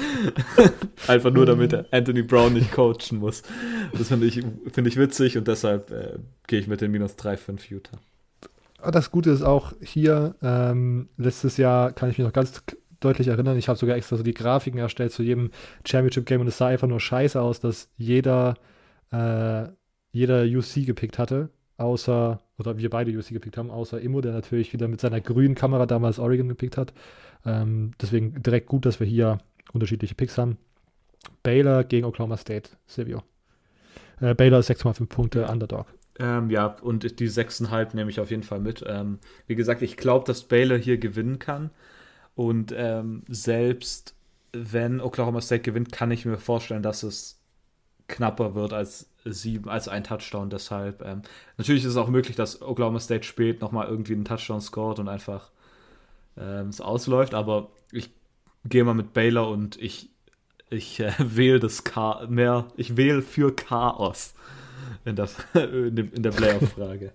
Einfach nur, damit er Anthony Brown nicht coachen muss. Das finde ich, find ich witzig und deshalb äh, gehe ich mit den minus drei fünf Utah. Das Gute ist auch hier, ähm, letztes Jahr kann ich mich noch ganz deutlich erinnern, ich habe sogar extra so die Grafiken erstellt zu jedem Championship-Game und es sah einfach nur scheiße aus, dass jeder, äh, jeder U C gepickt hatte. Außer, oder wir beide U C gepickt haben, außer Immo, der natürlich wieder mit seiner grünen Kamera damals Oregon gepickt hat. Ähm, deswegen direkt gut, dass wir hier unterschiedliche Picks haben. Baylor gegen Oklahoma State, Silvio. Äh, Baylor ist sechs Komma fünf Punkte Underdog. Ähm, ja, und die sechs Komma fünf nehme ich auf jeden Fall mit. Ähm, wie gesagt, ich glaube, dass Baylor hier gewinnen kann. Und ähm, selbst wenn Oklahoma State gewinnt, kann ich mir vorstellen, dass es knapper wird als sieben, als ein Touchdown. Deshalb, ähm, natürlich ist es auch möglich, dass Oklahoma State spät nochmal irgendwie einen Touchdown scoret und einfach ähm, es ausläuft. Aber ich gehe mal mit Baylor und ich, ich äh, wähle das Cha- mehr, ich wähle für Chaos in der, in dem, in der Playoff-Frage.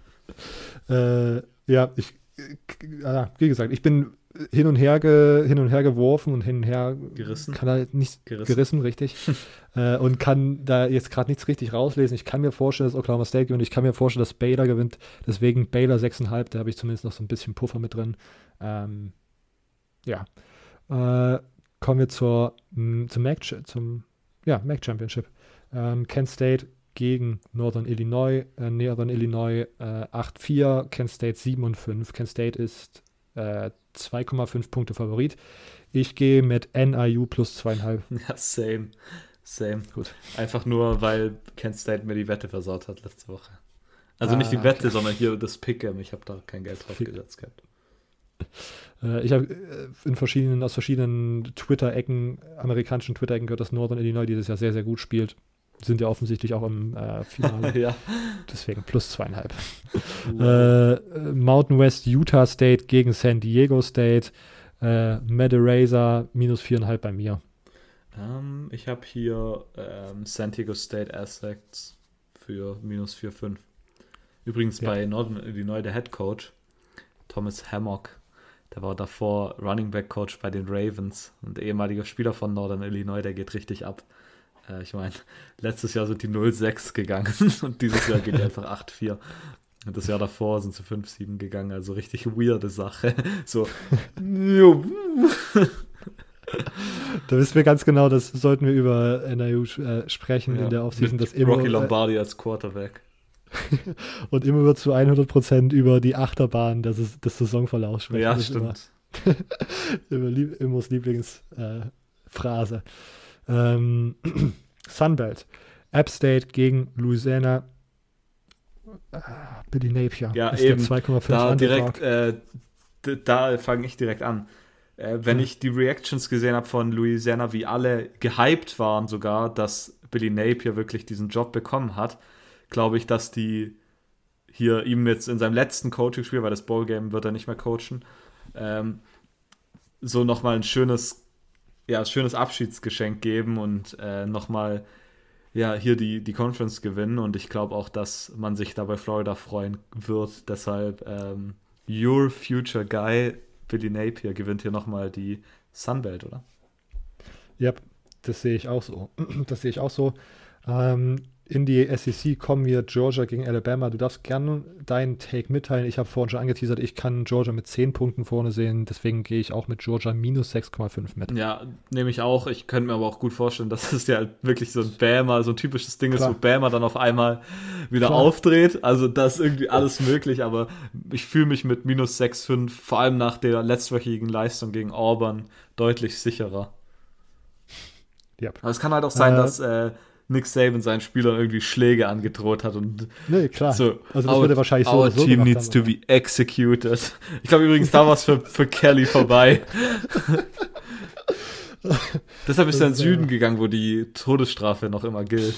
äh, ja, ich, äh, wie gesagt, ich bin hin und her ge, hin und her geworfen und hin und her gerissen, kann halt nicht gerissen, gerissen richtig äh, und kann da jetzt gerade nichts richtig rauslesen. Ich kann mir vorstellen, dass Oklahoma State gewinnt. Ich kann mir vorstellen, dass Baylor gewinnt. Deswegen Baylor sechs Komma fünf. Da habe ich zumindest noch so ein bisschen Puffer mit drin. Ähm, ja, äh, kommen wir zur mh, zum Mac zum ja Mac Championship. Ähm, Kent State gegen Northern Illinois. Äh, Northern Illinois äh, acht vier, Kent State sieben und fünf. Kent State ist äh, zwei Komma fünf Punkte Favorit. Ich gehe mit N I U plus zweieinhalb. Ja, same. Same. Gut. Einfach nur, weil Kent State mir die Wette versaut hat letzte Woche. Also Ah, nicht die Wette, okay. sondern hier das Pick'em. Ich habe da kein Geld drauf gesetzt gehabt. Äh, ich habe äh, in verschiedenen, aus verschiedenen Twitter-Ecken, amerikanischen Twitter-Ecken gehört, dass Northern Illinois dieses Jahr sehr, sehr gut spielt. Sind ja offensichtlich auch im äh, Finale. Ja. Deswegen plus zweieinhalb. Uh. Äh, Mountain West Utah State gegen San Diego State. Äh, Maderaza minus viereinhalb bei mir. Ähm, ich habe hier ähm, San Diego State Aztecs für minus vier Komma fünf. Übrigens Ja. bei Northern Illinois der Head Coach, Thomas Hammock, der war davor Running Back Coach bei den Ravens und ehemaliger Spieler von Northern Illinois, der geht richtig ab. Äh, ich meine, letztes Jahr sind die null sechs gegangen und dieses Jahr geht die einfach acht vier. Und das Jahr davor sind sie fünf sieben gegangen, also richtig weirde Sache. So, Da wissen wir ganz genau, das sollten wir über N I U äh, sprechen ja, in der Offseason. mit Das immer, Rocky äh, Lombardi als Quarterback. und immer wird zu hundert Prozent über die Achterbahn des, des Saisonverlaufs sprechen. Ja, Das ist stimmt. Immer, immer lieb, Immos Lieblingsphrase. Äh, Phrase. ähm, Sunbelt. App State gegen Louisiana. Ah, Billy Napier. Ja, ist eben. der zwei Komma fünf Da Underdog. direkt, äh, d- da fange ich direkt an. Äh, wenn Ja. ich die Reactions gesehen habe von Louisiana, wie alle gehypt waren sogar, dass Billy Napier wirklich diesen Job bekommen hat, glaube ich, dass die hier ihm jetzt in seinem letzten Coaching-Spiel, weil das Bowl-Game wird er nicht mehr coachen, ähm, so nochmal ein schönes, ja, schönes Abschiedsgeschenk geben und äh, nochmal ja, hier die, die Conference gewinnen. Und ich glaube auch, dass man sich da bei Florida freuen wird. Deshalb ähm, Your Future Guy, Billy Napier, gewinnt hier nochmal die Sunbelt, oder? Ja, das sehe ich auch so. Das sehe ich auch so. Ähm, in die S E C kommen wir Georgia gegen Alabama. Du darfst gerne deinen Take mitteilen. Ich habe vorhin schon angeteasert, ich kann Georgia mit zehn Punkten vorne sehen. Deswegen gehe ich auch mit Georgia minus sechs Komma fünf mit. Ja, nehme ich auch. Ich könnte mir aber auch gut vorstellen, dass es ja wirklich so ein Bama, so ein typisches Ding Klar. ist, wo Bama dann auf einmal wieder Klar. aufdreht. Also das ist irgendwie alles möglich, aber ich fühle mich mit minus sechs Komma fünf, vor allem nach der letztwöchigen Leistung gegen Auburn, deutlich sicherer. Ja. Aber es kann halt auch sein, Äh, dass äh, Nick Saban seinen Spielern irgendwie Schläge angedroht hat und Nee, klar. so. Also das würde er wahrscheinlich so Our oder so team gemacht needs haben, to aber- be executed. Ich glaube übrigens, da war es für, für Kelly vorbei. Deshalb ist er in den Das ist, äh, Süden gegangen, wo die Todesstrafe noch immer gilt.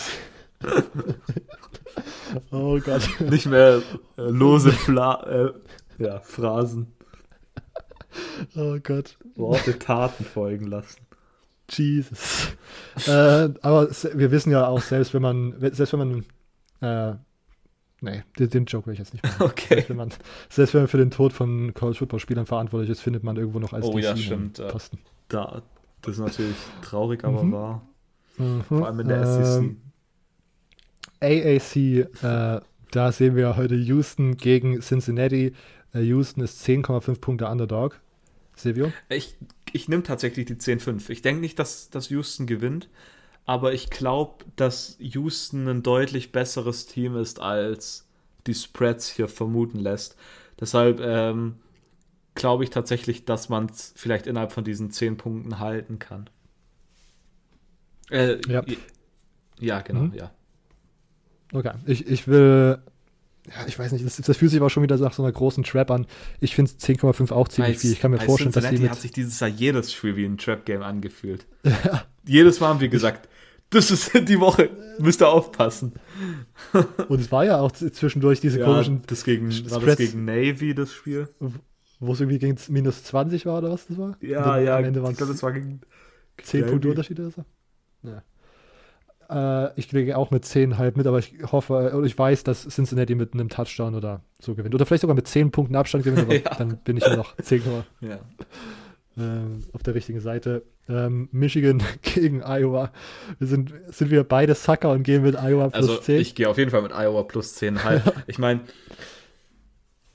Oh Gott. Nicht mehr äh, lose Fla äh, ja, Phrasen, Oh Gott. Worte, Taten folgen lassen. Jesus. äh, aber se- wir wissen ja auch, selbst wenn man, selbst wenn man, äh, nee, den, den Joke will ich jetzt nicht machen. Okay. Selbst wenn man, selbst wenn man für den Tod von College Football Spielern verantwortlich ist, findet man irgendwo noch als Oh D C ja, einen stimmt, ja. Posten. Da, das ist natürlich traurig, aber Mhm. wahr. Mhm. Vor allem in der S E C. Ähm, A A C, äh, da sehen wir heute Houston gegen Cincinnati. Äh, Houston ist zehn Komma fünf Punkte Underdog. Silvio? Ich, ich nehme tatsächlich die zehn fünf. Ich denke nicht, dass, dass Houston gewinnt, aber ich glaube, dass Houston ein deutlich besseres Team ist, als die Spreads hier vermuten lässt. Deshalb ähm, glaube ich tatsächlich, dass man es vielleicht innerhalb von diesen zehn Punkten halten kann. Äh, Ja. Ja, genau, Mhm. ja. Okay, ich, ich will, ja, ich weiß nicht, das, das fühlt sich aber schon wieder nach so einer großen Trap an. Ich finde zehn Komma fünf auch ziemlich Bei- viel. Ich kann mir bei vorstellen, dass sie Cincinnati mit, hat sich dieses Jahr jedes Spiel wie ein Trap-Game angefühlt. Jedes Mal haben wir gesagt, das ist die Woche, müsst ihr aufpassen. und es war ja auch z- zwischendurch diese Ja, komischen, das gegen, war das Spreads. gegen Navy, das Spiel? wo es irgendwie gegen minus zwanzig war oder was das war? Ja, Und dann ja, Am Ende waren ich glaube, es das war gegen zehn Navy. Punkte Unterschied oder so. Ja. Äh, ich kriege auch mit zehn halb mit, aber ich hoffe, oder ich weiß, dass Cincinnati mit einem Touchdown oder so gewinnt. Oder vielleicht sogar mit zehn Punkten Abstand gewinnt, aber Ja. dann bin ich ja noch zehn Ja. ähm, auf der richtigen Seite. Ähm, Michigan gegen Iowa. Wir sind, sind wir beide Sucker und gehen mit Iowa plus Also zehn. ich gehe auf jeden Fall mit Iowa plus zehn Komma fünf. Ich meine,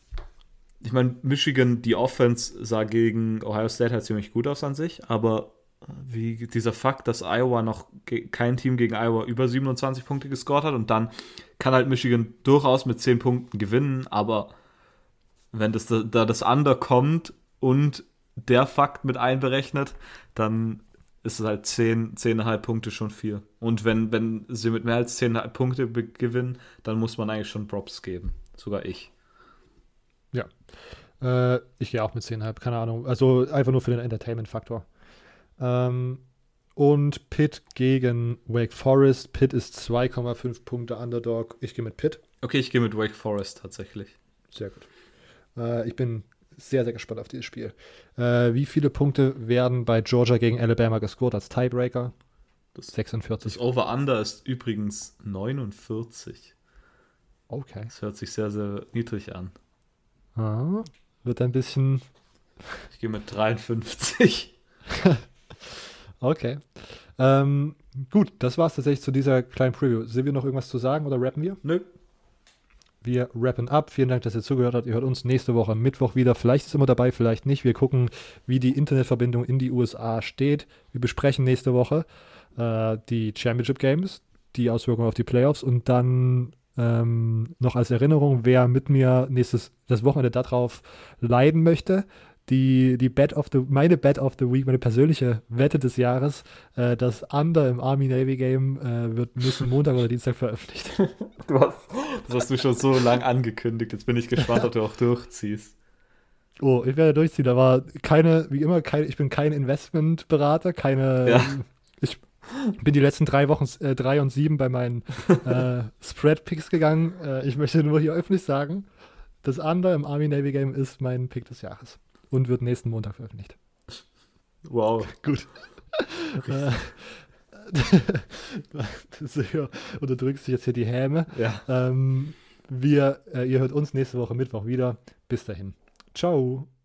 ich meine, Michigan, die Offense sah gegen Ohio State halt ziemlich gut aus an sich, aber wie dieser Fakt, dass Iowa noch ge- kein Team gegen Iowa über siebenundzwanzig Punkte gescored hat und dann kann halt Michigan durchaus mit zehn Punkten gewinnen, aber wenn das da, da das Under kommt und der Fakt mit einberechnet, dann ist es halt zehn, zehn Komma fünf Punkte schon viel. Und wenn, wenn sie mit mehr als zehn Komma fünf Punkte be- gewinnen, dann muss man eigentlich schon Props geben. Sogar ich. Ja. Äh, ich gehe auch mit zehn Komma fünf, keine Ahnung. Also einfach nur für den Entertainment-Faktor. Ähm, und Pitt gegen Wake Forest. Pitt ist zwei Komma fünf Punkte Underdog. Ich gehe mit Pitt. Okay, ich gehe mit Wake Forest tatsächlich. Sehr gut. Äh, ich bin sehr, sehr gespannt auf dieses Spiel. Äh, wie viele Punkte werden bei Georgia gegen Alabama gescored als Tiebreaker? Das, sechsundvierzig. das Over-Under ist übrigens neunundvierzig. Okay. Das hört sich sehr, sehr niedrig an. Ah, wird ein bisschen... Ich gehe mit dreiundfünfzig. Okay. Ähm, gut, das war es tatsächlich zu dieser kleinen Preview. Sind wir noch irgendwas zu sagen oder rappen wir? Nö. Wir rappen ab. Vielen Dank, dass ihr zugehört habt. Ihr hört uns nächste Woche Mittwoch wieder. Vielleicht ist immer dabei, vielleicht nicht. Wir gucken, wie die Internetverbindung in die U S A steht. Wir besprechen nächste Woche äh, die Championship Games, die Auswirkungen auf die Playoffs und dann ähm, noch als Erinnerung, wer mit mir nächstes das Wochenende darauf leiden möchte. Die, die Bet of the, meine Bet of the Week, meine persönliche Wette des Jahres, äh, das Under im Army-Navy-Game äh, wird nächsten Montag oder Dienstag veröffentlicht. Du hast, das hast du schon so lang angekündigt. Jetzt bin ich gespannt, ob du auch durchziehst. Oh, ich werde durchziehen. Da war keine, wie immer, keine, ich bin kein Investmentberater, keine. Ja. Ich bin die letzten drei Wochen äh, drei und sieben bei meinen äh, Spread-Picks gegangen. Äh, ich möchte nur hier öffentlich sagen, das Under im Army-Navy-Game ist mein Pick des Jahres. Und wird nächsten Montag veröffentlicht. Wow. Gut. Äh, du unterdrückst jetzt hier die Häme. Ja. Ähm, wir, äh, ihr hört uns nächste Woche Mittwoch wieder. Bis dahin. Ciao.